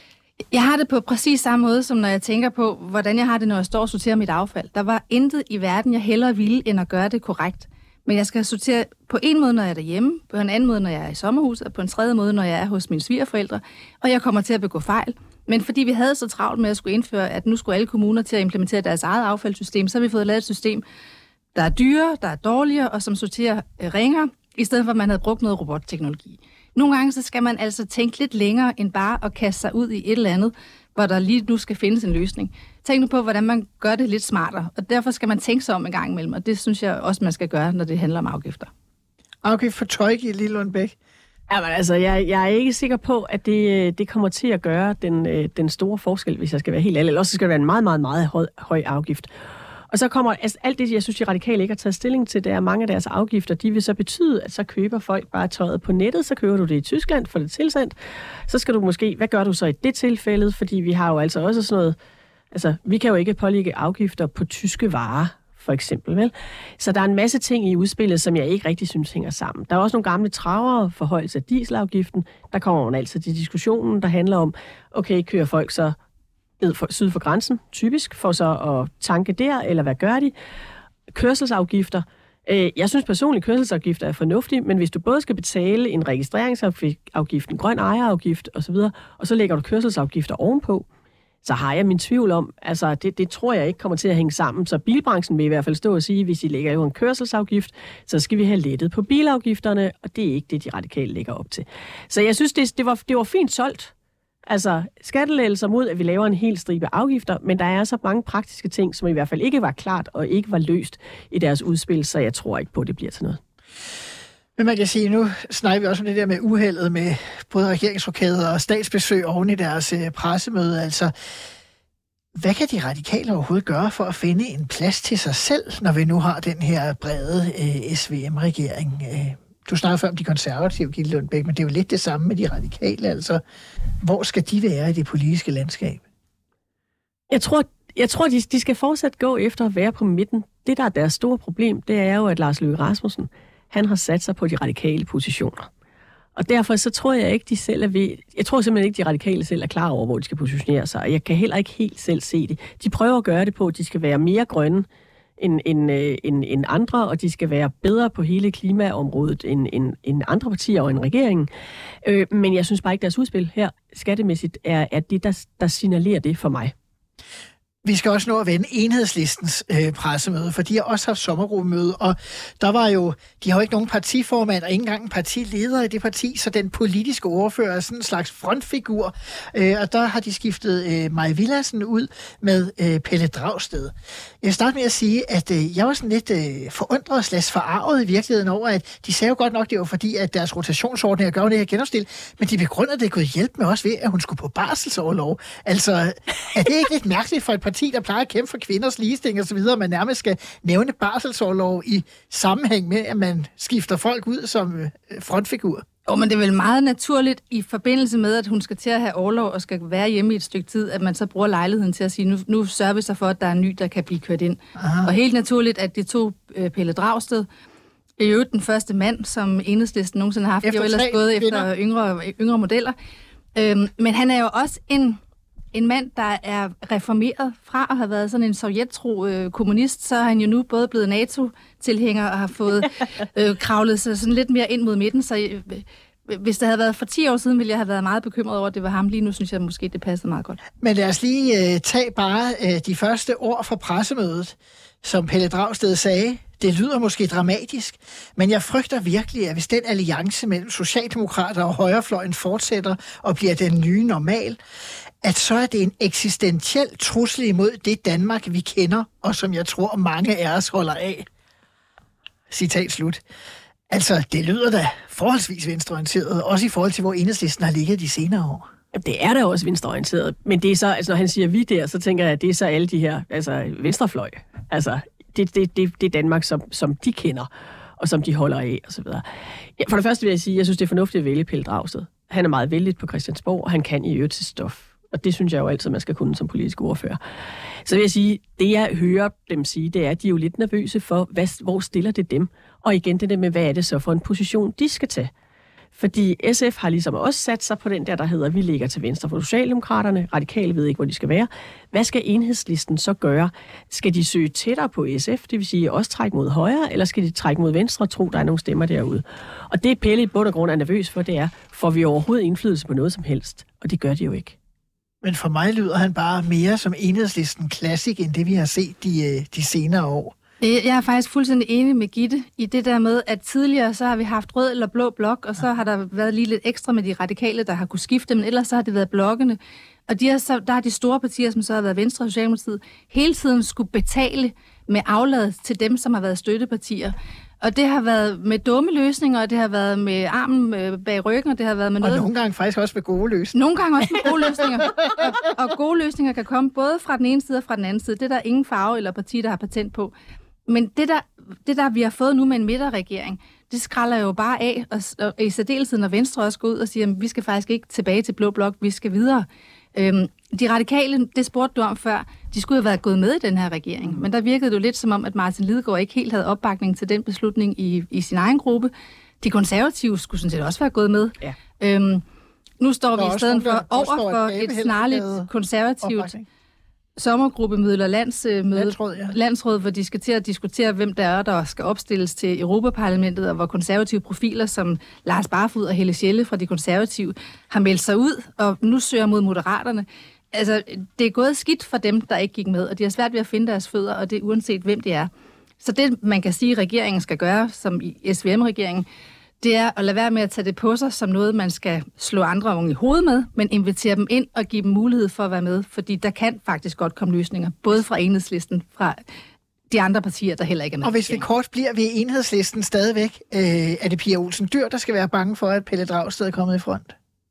Jeg har det på præcis samme måde, som når jeg tænker på, hvordan jeg har det, når jeg står og sorterer mit affald. Der var intet i verden, jeg hellere ville, end at gøre det korrekt. Men jeg skal sortere på en måde, når jeg er derhjemme, på en anden måde, når jeg er i sommerhuset, og på en tredje måde, når jeg er hos mine svigerforældre, og jeg kommer til at begå fejl. Men fordi vi havde så travlt med at skulle indføre, at nu skulle alle kommuner til at implementere deres eget affaldssystem, så har vi fået lavet et system, der er dyrere, der er dårligere, og som sorterer øh, ringere, i stedet for at man havde brugt noget robotteknologi. Nogle gange så skal man altså tænke lidt længere, end bare at kaste sig ud i et eller andet, hvor der lige nu skal findes en løsning. Tænk nu på, hvordan man gør det lidt smartere, og derfor skal man tænke sig om en gang imellem, og det synes jeg også, man skal gøre, når det handler om afgifter. Afgift for tøj i Lillund Bæk? Jamen, altså, jeg, jeg er ikke sikker på, at det, det kommer til at gøre den, den store forskel, hvis jeg skal være helt ærlig. Eller også skal det være en meget, meget, meget høj, høj afgift. Og så kommer altså, alt det, jeg synes, de radikale ikke har taget stilling til, det er mange af deres afgifter, de vil så betyde, at så køber folk bare tøjet på nettet, så køber du det i Tyskland, får det tilsendt. Så skal du måske, hvad gør du så i det tilfælde? Fordi vi har jo altså også sådan noget, altså vi kan jo ikke pålægge afgifter på tyske varer, for eksempel, vel? Så der er en masse ting i udspillet, som jeg ikke rigtig synes hænger sammen. Der er også nogle gamle travere, forhøjelse af dieselafgiften. Der kommer man altså til diskussionen, der handler om, okay, kører folk så ned for, syd for grænsen, typisk, for så at tanke der, eller hvad gør de? Kørselsafgifter. Jeg synes personligt, kørselsafgifter er fornuftige, men hvis du både skal betale en registreringsafgift, en grøn ejerafgift osv., og så lægger du kørselsafgifter ovenpå, så har jeg min tvivl om, altså det, det tror jeg ikke kommer til at hænge sammen. Så bilbranchen vil i hvert fald stå og sige, hvis I lægger jo en kørselsafgift, så skal vi have lettet på bilafgifterne, og det er ikke det, de radikale lægger op til. Så jeg synes, det, det, var, det var fint solgt. Altså skattelettelser mod, at vi laver en hel stribe afgifter, men der er så mange praktiske ting, som i hvert fald ikke var klart og ikke var løst i deres udspil, så jeg tror ikke på, at det bliver til noget. Men man kan sige, nu snakker vi også om det der med uheldet med både regeringsrokader og statsbesøg oven i deres øh, pressemøde. Altså, hvad kan de radikale overhovedet gøre for at finde en plads til sig selv, når vi nu har den her brede øh, S V M-regering? Øh, du snakker før om de konservative, Gitte Lundbæk, men det er jo lidt det samme med de radikale. Altså, hvor skal de være i det politiske landskab? Jeg tror, jeg tror de, de skal fortsat gå efter at være på midten. Det, der er deres store problem, det er jo, at Lars Løkke Rasmussen, han har sat sig på de radikale positioner. Og derfor så tror jeg ikke, de selv er ved... Jeg tror simpelthen ikke, de radikale selv er klar over, hvor de skal positionere sig. Og jeg kan heller ikke helt selv se det. De prøver at gøre det på, at de skal være mere grønne end, end, end, end andre, og de skal være bedre på hele klimaområdet end, end, end andre partier og end regeringen. Øh, men jeg synes bare ikke, deres udspil her skattemæssigt er, er det, der, der signalerer det for mig. Vi skal også nå at vende Enhedslistens øh, pressemøde, for de har også haft sommergruppemøde, og der var jo, de har jo ikke nogen partiformand og ikke engang en partileder i det parti, så den politiske ordfører er sådan en slags frontfigur, øh, og der har de skiftet øh, Maja Villadsen ud med øh, Pelle Dragsted. Jeg starter med at sige, at øh, jeg var sådan lidt øh, forundret og slags forarvet i virkeligheden over, at de sagde jo godt nok, det var fordi, at deres rotationsordninger gør det her genopstil, men de begrundede det kunne hjælpe med også ved, at hun skulle på barselsoverlov. Altså, er det ikke lidt mærkeligt for et parti, der plejer at kæmpe for kvinders ligestilling og så videre, man nærmest skal nævne barselsorlov i sammenhæng med, at man skifter folk ud som frontfigur? Oh, men det er vel meget naturligt i forbindelse med, at hun skal til at have orlov og skal være hjemme i et stykke tid, at man så bruger lejligheden til at sige, nu, nu sørger vi så for, at der er en ny, der kan blive kørt ind. Aha. Og helt naturligt, at de to uh, Pelle Dragsted, er jo den første mand, som Enhedslisten nogensinde har haft. Efter det er jo ellers gået efter yngre, yngre modeller. Øhm, men han er jo også en, en mand, der er reformeret fra at have været sådan en sovjettro øh, kommunist, så er han jo nu både blevet NATO-tilhænger og har fået øh, kravlet sig sådan lidt mere ind mod midten. Så øh, hvis det havde været for ti år siden, ville jeg have været meget bekymret over, at det var ham. Lige nu synes jeg måske, det passede meget godt. Men lad os lige øh, tage bare øh, de første ord fra pressemødet, som Pelle Dragsted sagde. Det lyder måske dramatisk, men jeg frygter virkelig, at hvis den alliance mellem socialdemokrater og højrefløjen fortsætter og bliver den nye normal, at så er det en eksistentiel trussel imod det Danmark, vi kender, og som jeg tror, mange af os holder af. Citat slut. Altså, det lyder da forholdsvis venstreorienteret, også i forhold til, hvor Enhedslisten har ligget de senere år. Det er da også venstreorienteret, men det er så, altså når han siger vi der, så tænker jeg, at det er så alle de her, altså venstrefløj, altså det, det, det, det er Danmark, som, som de kender, og som de holder af, og så videre. Ja, for det første vil jeg sige, at jeg synes, det er fornuftigt at vælge Pelle Dragsted. Han er meget vældigt på Christiansborg, og han kan i øvrigt til stof. Og det synes jeg jo altid, man skal kunne som politisk ordfører. Så vil jeg sige, det jeg hører dem sige, det er, at de er jo lidt nervøse for, hvad, hvor stiller det dem? Og igen det der med, hvad er det så for en position, de skal tage? Fordi S F har ligesom også sat sig på den der, der hedder, vi ligger til venstre for Socialdemokraterne. Radikale ved ikke, hvor de skal være. Hvad skal Enhedslisten så gøre? Skal de søge tættere på S F, det vil sige også trække mod højre, eller skal de trække mod venstre og tro, der er nogle stemmer derude? Og det Pelle i bund og grund er nervøs for, det er, får vi overhovedet indflydelse på noget som helst? Og det gør de jo ikke. Men for mig lyder han bare mere som Enhedslisten Classic, end det vi har set de, de senere år. Jeg er faktisk fuldstændig enig med Gitte i det der med, at tidligere så har vi haft rød eller blå blok, og så har der været lige lidt ekstra med de radikale, der har kunne skifte, men ellers så har det været blokkene. Og de har så, der har de store partier, som så har været Venstre og Socialdemokratiet, hele tiden skulle betale med aflad til dem, som har været støttepartier. Og det har været med dumme løsninger, og det har været med armen bag ryggen, og det har været med noget... Og nogle gange faktisk også med gode løsninger. Nogle gange også med gode løsninger. Og, og gode løsninger kan komme både fra den ene side og fra den anden side. Det er der ingen farve eller parti, der har patent på. Men det der, det der, vi har fået nu med en midterregering, det skralder jo bare af, og, og i særdeleshed, når Venstre også går ud og siger, at vi skal faktisk ikke tilbage til blå blok, vi skal videre. Øhm, de radikale, det spurgte du om før, de skulle have været gået med i den her regering, men der virkede det jo lidt som om, at Martin Lidegaard ikke helt havde opbakning til den beslutning i, i sin egen gruppe. De konservative skulle sådan set også være gået med. Ja. Øhm, nu står vi i stedet for over for et snarligt konservativt opbakning. Sommergruppemøde eller landsmøde, landsråd, ja. landsråd, hvor de skal til at diskutere, hvem der er, der skal opstilles til Europaparlamentet, og hvor konservative profiler som Lars Barfod og Helle Schelle fra de konservative har meldt sig ud, og nu søger mod Moderaterne. Altså, det er gået skidt for dem, der ikke gik med, og de har svært ved at finde deres fødder, og det er uanset, hvem det er. Så det, man kan sige, regeringen skal gøre, som i S V M-regeringen, det er at lade være med at tage det på sig som noget, man skal slå andre unge i hovedet med, men invitere dem ind og give dem mulighed for at være med, fordi der kan faktisk godt komme løsninger, både fra Enhedslisten, fra de andre partier, der heller ikke er med. Og hvis vi kort bliver ved Enhedslisten stadigvæk, øh, er det Pia Olsen Dyhr, der skal være bange for, at Pelle Dragsted er kommet i front?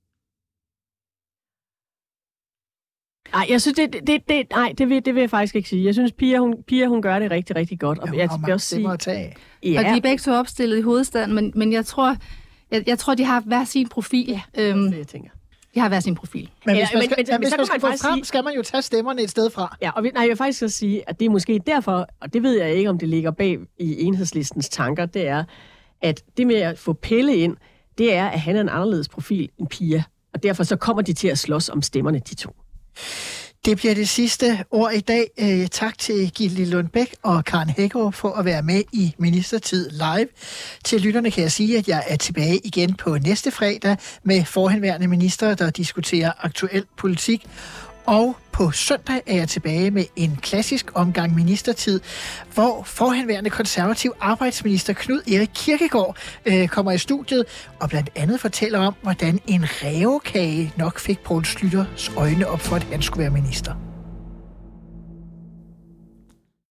Nej, jeg synes, det, det, det, nej, det, vil, det vil jeg faktisk ikke sige. Jeg synes, Pia, hun, Pia, hun gør det rigtig, rigtig godt. Og jo, jeg vil også sige, ja. Og de er begge så opstillet i hovedstaden, men, men jeg, tror, jeg, jeg tror, de har hver sin profil. Ja, det er øhm, det, jeg tænker. De har hver sin profil. Men hvis man skal, men, men, hvis man skal gå frem, sige, skal man jo tage stemmerne et sted fra. Ja, og nej, jeg vil faktisk så sige, at det er måske derfor, og det ved jeg ikke, om det ligger bag i Enhedslistens tanker, det er, at det med at få Pelle ind, det er, at han er en anderledes profil end Pia. Og derfor så kommer de til at slås om stemmerne, de to. Det bliver det sidste ord i dag. Eh, tak til Gitte Lillelund Bech og Karen Hækkerup for at være med i Ministertid Live. Til lytterne kan jeg sige, at jeg er tilbage igen på næste fredag med forhenværende minister, der diskuterer aktuel politik. Og på søndag er jeg tilbage med en klassisk omgang ministertid, hvor forhenværende konservativ arbejdsminister Knud Erik Kirkegaard øh, kommer i studiet og blandt andet fortæller om, hvordan en rævekage nok fik Poul Schlüters øjne op for, at han skulle være minister.